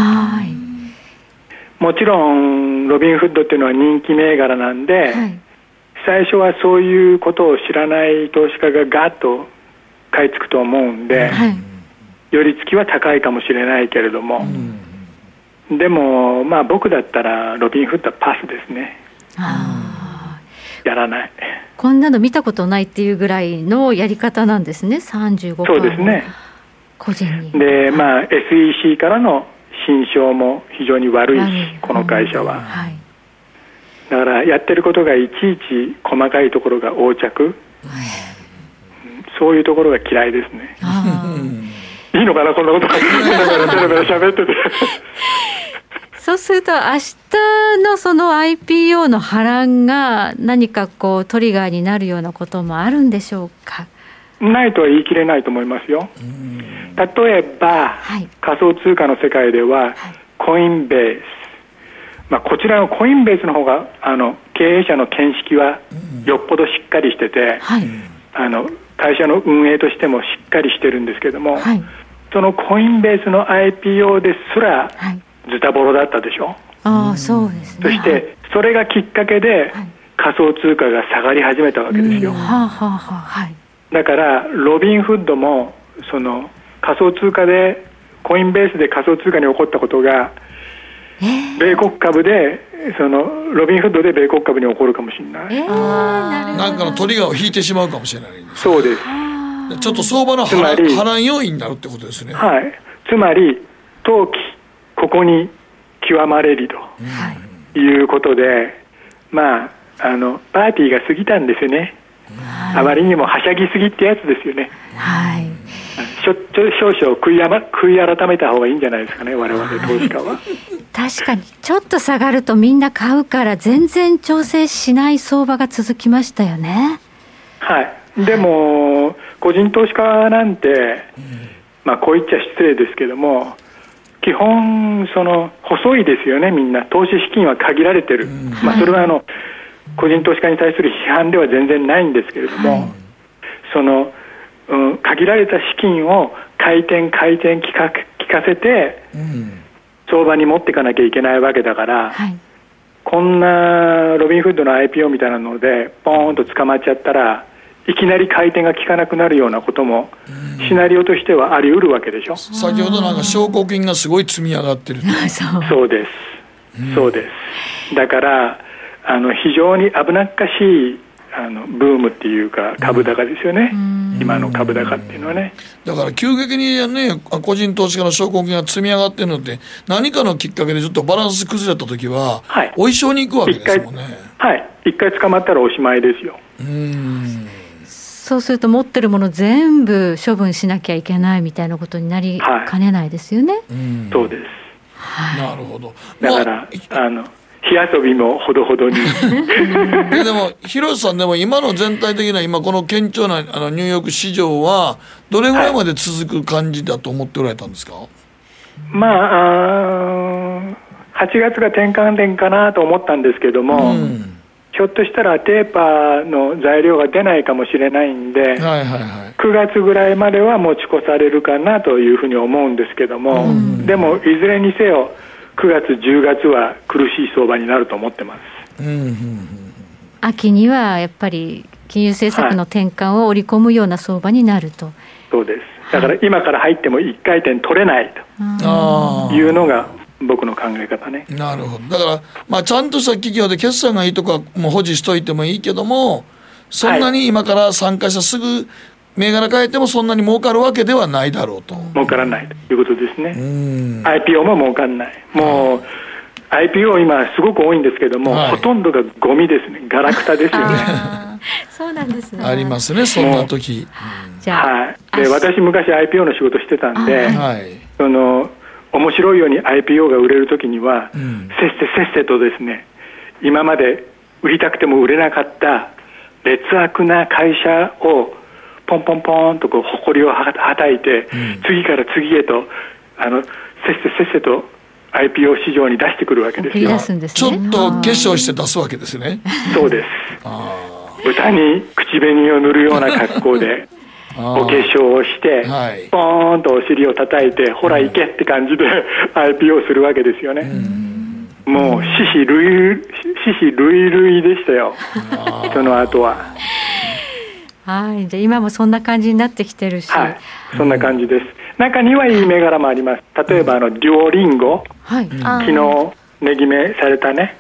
もちろんロビンフッドっていうのは人気銘柄なんで、最初はそういうことを知らない投資家がガッと買い付くと思うんで、寄り付きは高いかもしれないけれども、でもまあ僕だったらロビンフッドはパスですね。やらない。 こんなの見たことないっていうぐらいのやり方なんですね。 35%。 そうですね。 個人にで、まあ SEC からの心証も非常に悪いし、この会社は、だからやってることがいちいち細かいところが横着、そういうところが嫌いですね。いいのかな、こんなことだからベラベラ喋っててそうすると明日のその IPO の波乱が何かこうトリガーになるようなこともあるんでしょうか？ ないとは言い切れないと思いますよ。例えば、仮想通貨の世界では、コインベース、まあ、こちらのコインベースの方が経営者の見識はよっぽどしっかりしてて、会社の運営としてもしっかりしてるんですけども、そのコインベースの IPO ですらズタボロだったでしょ。 そうですね。 そしてそれがきっかけで仮想通貨が下がり始めたわけですよ。だからロビンフッドもその仮想通貨でコインベースで仮想通貨に起こったことが米国株でそのロビンフッドで米国株に起こるかもしれない。 なんかのトリガーを引いてしまうかもしれないんです。 そうです。 ちょっと相場の波乱要因になるってことですね。 つまり投機ここに極まれりということで、まあパーティーが過ぎたんですよね。あまりにもはしゃぎすぎってやつですよね。少々悔い改めた方がいいんじゃないですかね、我々投資家は。 確かにちょっと下がるとみんな買うから全然調整しない相場が続きましたよね。 でも個人投資家なんて、まあこう言っちゃ失礼ですけども、基本その細いですよね。みんな投資資金は限られてる。まあそれは個人投資家に対する批判では全然ないんですけれども、その限られた資金を回転聞かせて、相場に持っていかなきゃいけないわけだから、こんなロビンフッドの IPO みたいなのでポーンと捕まっちゃったらいきなり回転が効かなくなるようなこともシナリオとしてはあり得るわけでしょ。 先ほどなんか証拠金がすごい積み上がってるそうです、そうです。だから非常に危なっかしいブームっていうか株高ですよね。今の株高っていうのはね。 だから急激にね、個人投資家の証拠金が積み上がってるのって何かのきっかけでちょっとバランス崩れた時は、お衣装に行くわけですもんね。 一回捕まったらおしまいですよ。 そうすると持ってるもの全部処分しなきゃいけないみたいなことになりかねないですよね。 そうです、 なるほど。 だから火遊びもほどほどにでも広瀬さん、でも今の全体的な今この堅調なニューヨーク市場はどれぐらいまで続く感じだと思っておられたんですか？ まあ8月が転換点かなと思ったんですけども、ひょっとしたらテーパーの材料が出ないかもしれないんで、9月ぐらいまでは持ち越されるかなというふうに思うんですけども、でもいずれにせよ9月10月は苦しい相場になると思ってます。 秋にはやっぱり金融政策の転換を織り込むような相場になると。 そうです。だから今から入っても1回転取れないというのが僕の考え方ね。 なるほど。だから、ちゃんとした企業で決算がいいとかも保持しといてもいいけども、そんなに今から参加者すぐ銘柄変えてもそんなに儲かるわけではないだろうと。 儲からないということですね。IPO も儲からない。もうIPO 今すごく多いんですけども、ほとんどがゴミですね。ガラクタですよね。 そうなんですね。 ありますね、そんな時。 じゃあ、で私昔 IPO の仕事してたんで、面白いように IPO が売れる時には、せっせとですね、今まで売りたくても売れなかった劣悪な会社をポンポンポンとこう誇りをはたいて、次から次へとせっせと IPO 市場に出してくるわけですよ。 ちょっと化粧して出すわけですね。 そうです。歌に口紅を塗るような格好でお化粧をして、ポーンとお尻を叩いて、ほら行けって感じで IPO するわけですよね。もう死死類類でしたよ、その後は。 はい、じゃあ今もそんな感じになってきてるし、 そんな感じです。中にはいい銘柄もあります。例えばデュオリンゴ、昨日値決めされたね、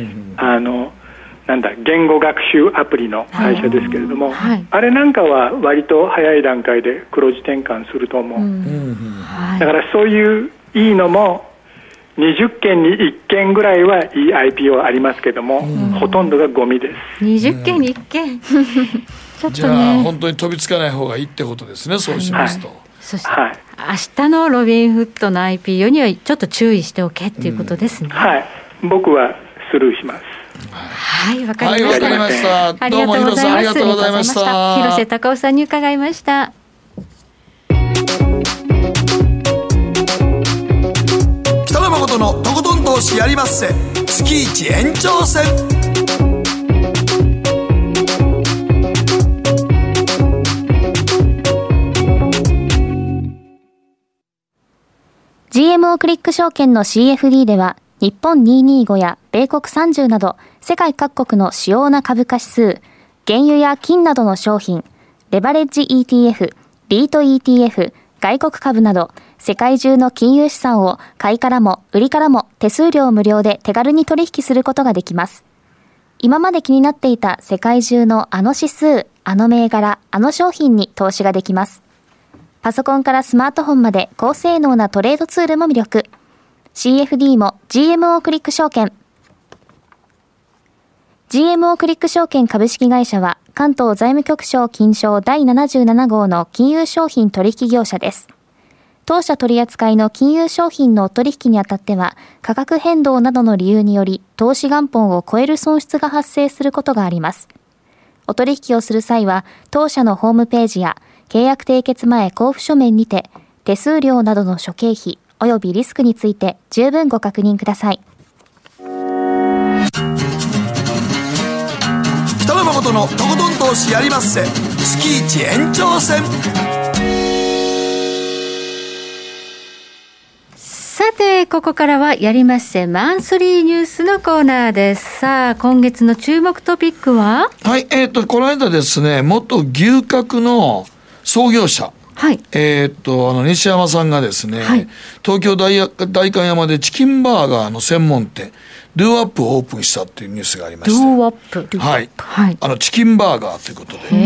言語学習アプリの会社ですけれども、あれなんかは割と早い段階で黒字転換すると思う。だからそういういいのも20件に1件ぐらいはいい IPO ありますけども、ほとんどがゴミです。 20件に1件ちょっとね、 じゃあ本当に飛びつかない方がいいってことですね。そうしますと、 そして、明日のロビンフットの IPO にはちょっと注意しておけっていうことですね。 僕はスルーします。 はい、わかりました。 どうも広瀬さんありがとうございました。 広瀬隆夫さんに伺いました。 北野誠のとことん投資やりまっせ、月一延長戦。 GMO クリック証券の CFD では日本225や米国30など世界各国の主要な株価指数、原油や金などの商品、レバレッジ ETF、リート ETF、外国株など世界中の金融資産を買いからも売りからも手数料無料で手軽に取引することができます。今まで気になっていた世界中のあの指数、あの銘柄、あの商品に投資ができます。パソコンからスマートフォンまで高性能なトレードツールも魅力。CFD も GMO クリック証券。GMO クリック証券株式会社は関東財務局長金賞第77号の金融商品取引業者です。当社取扱いの金融商品の取引にあたっては価格変動などの理由により投資元本を超える損失が発生することがあります。お取引をする際は当社のホームページや契約締結前交付書面にて手数料などの諸経費およびリスクについて十分ご確認ください。 北野誠のとことん投資やりまっせ、月一延長戦。 さてここからはやりまっせマンスリーニュースのコーナーです。さあ今月の注目トピックは、 この間ですね、元牛角の創業者、西山さんがですね、東京代官山でチキンバーガーの専門店ドゥーアップをオープンしたっていうニュースがありまして、 ドゥーアップ、 チキンバーガーということで、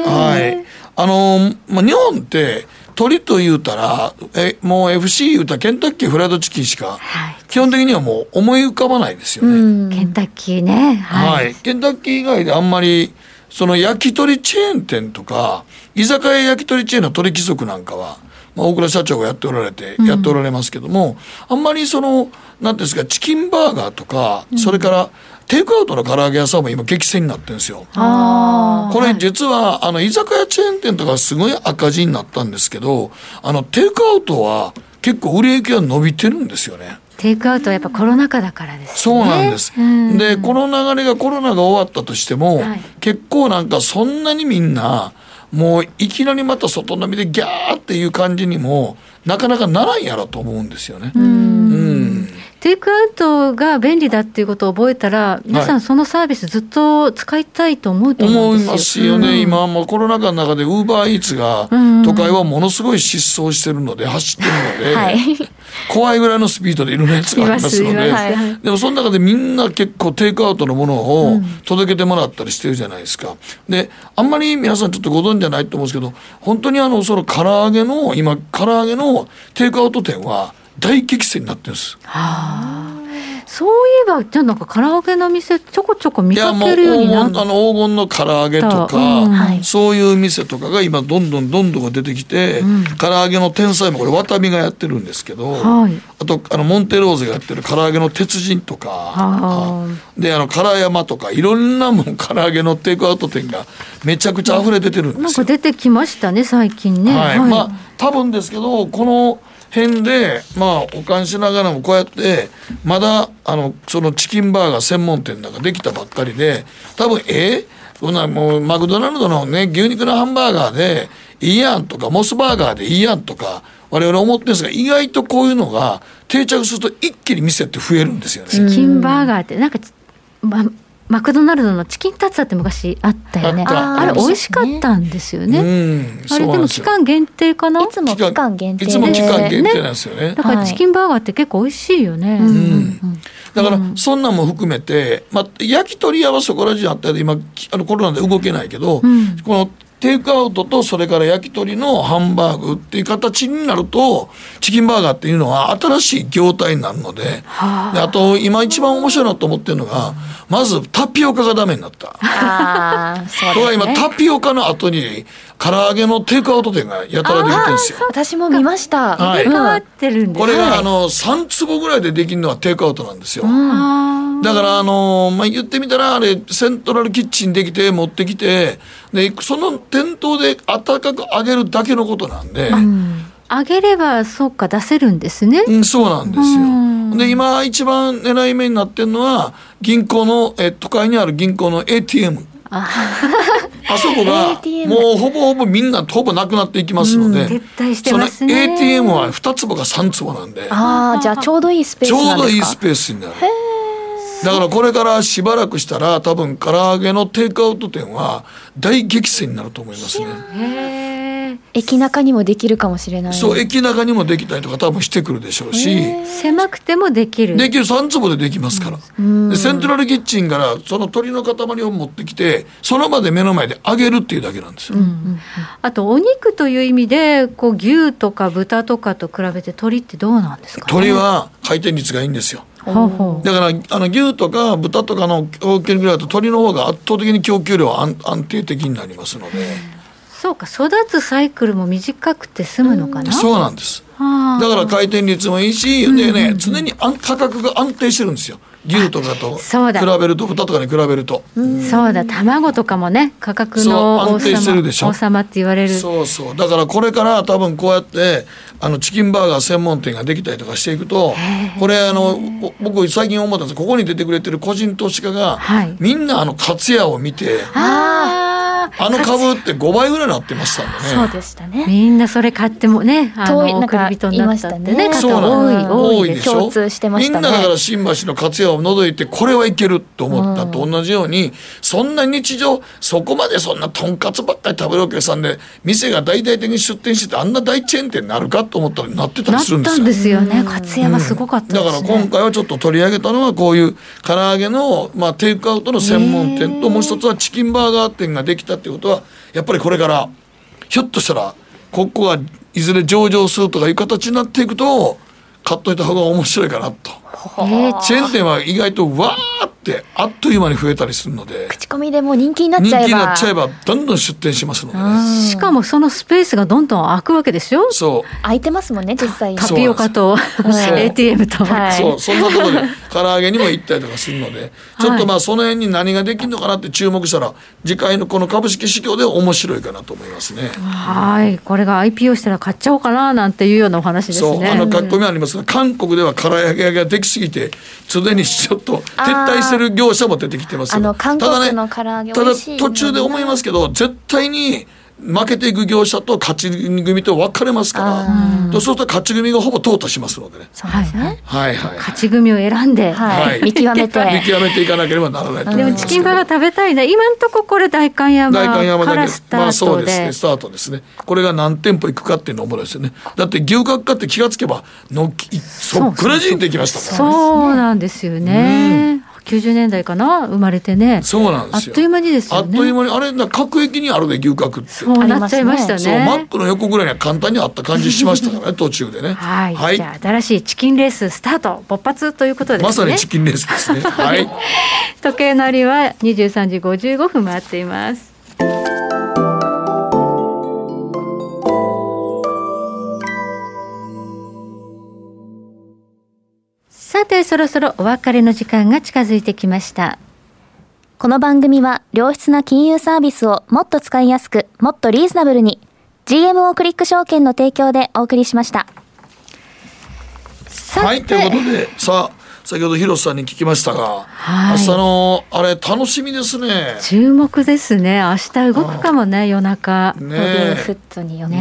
日本って鳥と言うたらもう FC 言うたらケンタッキーフライドチキンしか基本的にはもう思い浮かばないですよね。 ケンタッキーね、 ケンタッキー以外であんまりその焼き鳥チェーン店とか居酒屋焼き鳥チェーンの鳥貴族なんかは、大倉社長がやっておられますけども、あんまりそのなんですか、チキンバーガーとか、それからテイクアウトの唐揚げ屋さんも今激戦になってるんですよ。これ実は居酒屋チェーン店とかすごい赤字になったんですけど、テイクアウトは結構売れ行きが伸びてるんですよね。 テイクアウトはやっぱコロナ禍だからですね。 そうなんです。でこの流れがコロナが終わったとしても、結構なんかそんなにみんなもういきなりまた外飲みでギャーっていう感じにもなかなかならんやろと思うんですよね。 テイクアウトが便利だっていうことを覚えたら皆さんそのサービスずっと使いたいと思うと思うんですよ。 思いますよね、今もうコロナ禍の中でウーバーイーツが都会はものすごい疾走してるので走ってるので、はい、怖いぐらいのスピードでいろんなやつがありますので、でもその中でみんな結構テイクアウトのものを届けてもらったりしてるじゃないですか。であんまり皆さんちょっとご存知じゃないと思うんですけど、本当にその唐揚げのテイクアウト店は大激戦になってるんです。 そういえばじゃあなんか唐揚げの店ちょこちょこ見かけるようになった。 黄金の唐揚げとか、そういう店とかが今どんどん出てきて、唐揚げの天才もこれワタミがやってるんですけど、あとモンテローゼがやってる唐揚げの鉄人とかで唐山とかいろんなもん唐揚げのテイクアウト店がめちゃくちゃ溢れ出てるんですよ。 なんか出てきましたね最近ね。 まあ多分ですけどこの辺で保管しながらもこうやってまだそのチキンバーガー専門店なんかできたばっかりで、多分そんなもうマクドナルドのね牛肉のハンバーガーでいいやんとかモスバーガーでいいやんとか我々思ってるんですが、意外とこういうのが定着すると一気に店って増えるんですよね。 チキンバーガーってなんかマクドナルドのチキンタッツァって昔あったよね。あれ美味しかったんですよね。あれでも期間限定かな。 いつも期間限定。 いつも期間限定なんですよね。 だからチキンバーガーって結構美味しいよね。 だからそんなんも含めて、焼き鳥屋はそこら中あったり今コロナで動けないけど、このテイクアウトとそれから焼き鳥のハンバーグっていう形になるとチキンバーガーっていうのは新しい業態になるので、あと今一番面白いなと思ってるのがまずタピオカがダメになった。そうですね。今タピオカの後に唐揚げのテイクアウト店がやたらできてるんですよ。 私も見ました。 入れ替わってるんです。 これが3坪ぐらいでできるのはテイクアウトなんですよ。だから言ってみたらあれセントラルキッチンできて持ってきてでその店頭で温かく揚げるだけのことなんで、 揚げればそうか出せるんですね。 そうなんですよ。で今一番狙い目になってるのは銀行の都会にある銀行の ATM。あそこがもうほぼほぼみんなほぼなくなっていきますので、 撤退してますね。 その ATM は2坪か3坪なんで、 じゃあちょうどいいスペースなんですか。 ちょうどいいスペースになる。だからこれからしばらくしたら多分唐揚げのテイクアウト店は大激戦になると思いますね。 駅中にもできるかもしれない。 そう、駅中にもできたりとか多分してくるでしょうし、 狭くてもできる 3坪でできますから、でセントラルキッチンからその鶏の塊を持ってきてその場で目の前で揚げるっていうだけなんですよ。 あとお肉という意味で牛とか豚とかと比べて鶏ってどうなんですかね。 鶏は回転率がいいんですよ。だから牛とか豚とかの供給に比べると鶏の方が圧倒的に供給量は安定的になりますので、 そうか、育つサイクルも短くて済むのかな。 そうなんです。だから回転率もいいし、でね、常に価格が安定してるんですよ。牛とかと比べると豚とかに比べると、 そうだ、卵とかもね価格の安定してるでしょ。 王様って言われる。 そうだからこれから多分こうやってチキンバーガー専門店ができたりとかしていくと、これ僕最近思ったんです。ここに出てくれてる個人投資家が、みんな勝谷を見て株って5倍ぐらいになってましたんでね。 そうでしたね。 みんなそれ買ってもね送り人になったってね、 多いでしょ。 共通してましたね。 みんなだから新橋の勝谷を覗いてこれはいけると思ったと同じように、そんな日常そこまでそんなとんかつばっかり食べるお客さんで店が大々的に出店しててあんな大チェーン店になるかと思ったらなってたりするんですよ。 なったんですよね。勝谷はすごかったですね。 だから今回はちょっと取り上げたのはこういう唐揚げのテイクアウトの専門店と、もう一つはチキンバーガー店ができたっていうことはやっぱりこれからひょっとしたらここがいずれ上場するとかいう形になっていくと買っといた方が面白いかなと。チェーン店は意外とわーってあっという間に増えたりするので、 口コミでもう人気になっちゃえばどんどん出店しますので、ね、 しかもそのスペースがどんどん空くわけですよ。 そう空いてますもんね実際に。 タピオカとATM と、 そんなところで唐揚げにも行ったりとかするので、ちょっとその辺に何ができるのかなって注目したら次回のこの株式市況で面白いかなと思いますね。 はい、これが IPO したら買っちゃおうかななんていうようなお話ですね。 そう、書き込みありますが、韓国では唐揚げができすぎてすでにちょっと撤退してる業者も出てきてますよ。 韓国の唐揚げ美味しい。 ただ途中で思いますけど、絶対に負けていく業者と勝ち組と分かれますから、そうすると勝ち組がほぼ淘汰しますのでね。 そうですね。 はいはい。 勝ち組を選んで、見極めていかなければならないと思います。 でもチキンバーガー食べたいね。今んとここれ代官山からスタートで、 まあそうですね、スタートですね。これが何店舗行くかっていうのもですよね。だって牛角化って気がつけばそっくらじんってきましたからね。 そうなんですよね。90年代かな生まれてね。 そうなんですよ。 あっという間にですよね。 あっという間にあれ各駅にあるで牛角って。 そうなっちゃいましたね。 そうマックの横ぐらいには簡単にあった感じしましたからね途中でね。 はい。じゃあ新しいチキンレーススタート勃発ということですね。 まさにチキンレースですね。はい。 時計の針は23時55分回っています。さてそろそろお別れの時間が近づいてきました。 この番組は良質な金融サービスをもっと使いやすくもっとリーズナブルに GMO クリック証券の提供でお送りしました。 はい、ということでさあ先ほど広瀬さんに聞きましたが、明日のあれ楽しみですね。 注目ですね。明日動くかもね、夜中ロビンフットによって、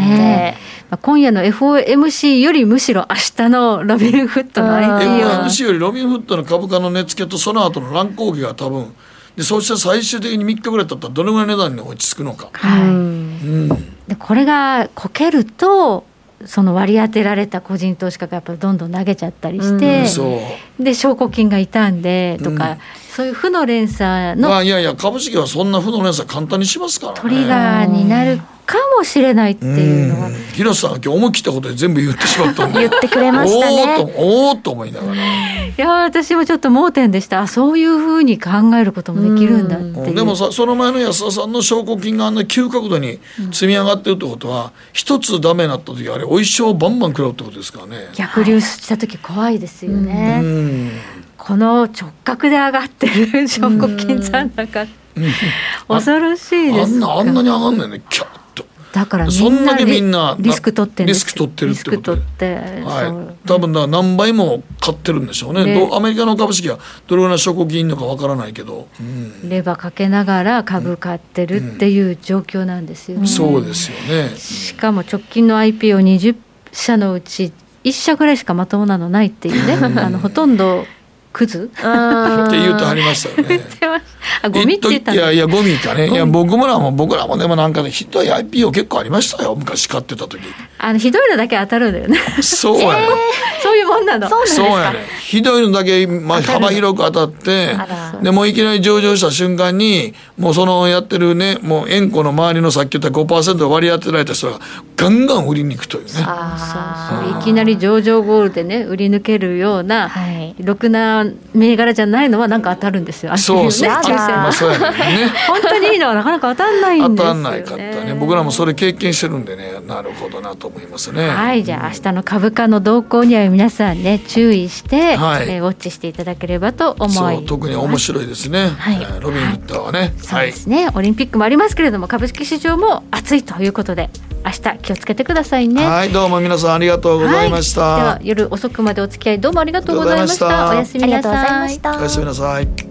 今夜の FOMC よりむしろ明日のロビンフットの FOMC よりロビンフットの株価の値付けとその後の乱高下が多分で、そして最終的に3日ぐらい経ったらどのぐらい値段に落ち着くのか、 でこれがこけるとその割り当てられた個人投資家がやっぱりどんどん投げちゃったりして、で証拠金が傷んでとか、そういう負の連鎖の、 いやいや株式はそんな負の連鎖簡単にしますからね。 トリガーになるかもしれないっていうのは、 広瀬さんが今日思い切ったことで全部言ってしまったんで言ってくれましたね。 おーっと思いながら、 いや私もちょっと盲点でした。そういうふうに考えることもできるんだっていう。 でもさ、その前の安田さんの証拠金があんな急角度に積み上がってるってことは、一つダメになった時あれお一生バンバン食らうってことですからね。 逆流した時怖いですよね。この直角で上がってる証拠金残高恐ろしいですか。 あんなに上がんないね、キャッと。 だからそんだけみんなリスク取ってるんです。 リスク取ってるってことで、 はい、 多分だ何倍も買ってるんでしょうね。アメリカの株式はどれぐらいの証拠金いるのかわからないけど、 レバーかけながら株買ってるっていう状況なんですよね。 そうですよね。 しかも直近の IPO20 社のうち1社ぐらいしかまともなのないっていうねほとんどクズって言うとはりましたよね。 ゴミって言ったの。 いやゴミかね。いや僕らもでもなんかね、ひどい IPO 結構ありましたよ、昔買ってた時。 ひどいのだけ当たるんだよね。 そうやね。 そういうもんなの。 そうやね。ひどいのだけ、幅広く当たって、でもういきなり上場した瞬間にもうそのやってるね、もう円弧の周りのさっき言った 5% 割り当てられた人がガンガン売りに行くというね。そういきなり上場ゴールでね売り抜けるような、ろくな銘柄じゃないのはなんか当たるんですよ。 そうそう。そうやね。 本当にいいのはなかなか当たんないんですよね。 当たんないかったね。僕らもそれ経験してるんでね、なるほどなと思いますね。 はい、じゃあ明日の株価の動向には皆さんね注意して、ウォッチしていただければと思います。 特に面白いですね。ロビンフットはね。 そうですね。オリンピックもありますけれども株式市場も熱いということで明日気をつけてくださいね。 はい、どうも皆さんありがとうございました。 では夜遅くまでお付き合いどうもありがとうございました。おやすみなさい。 おやすみなさい。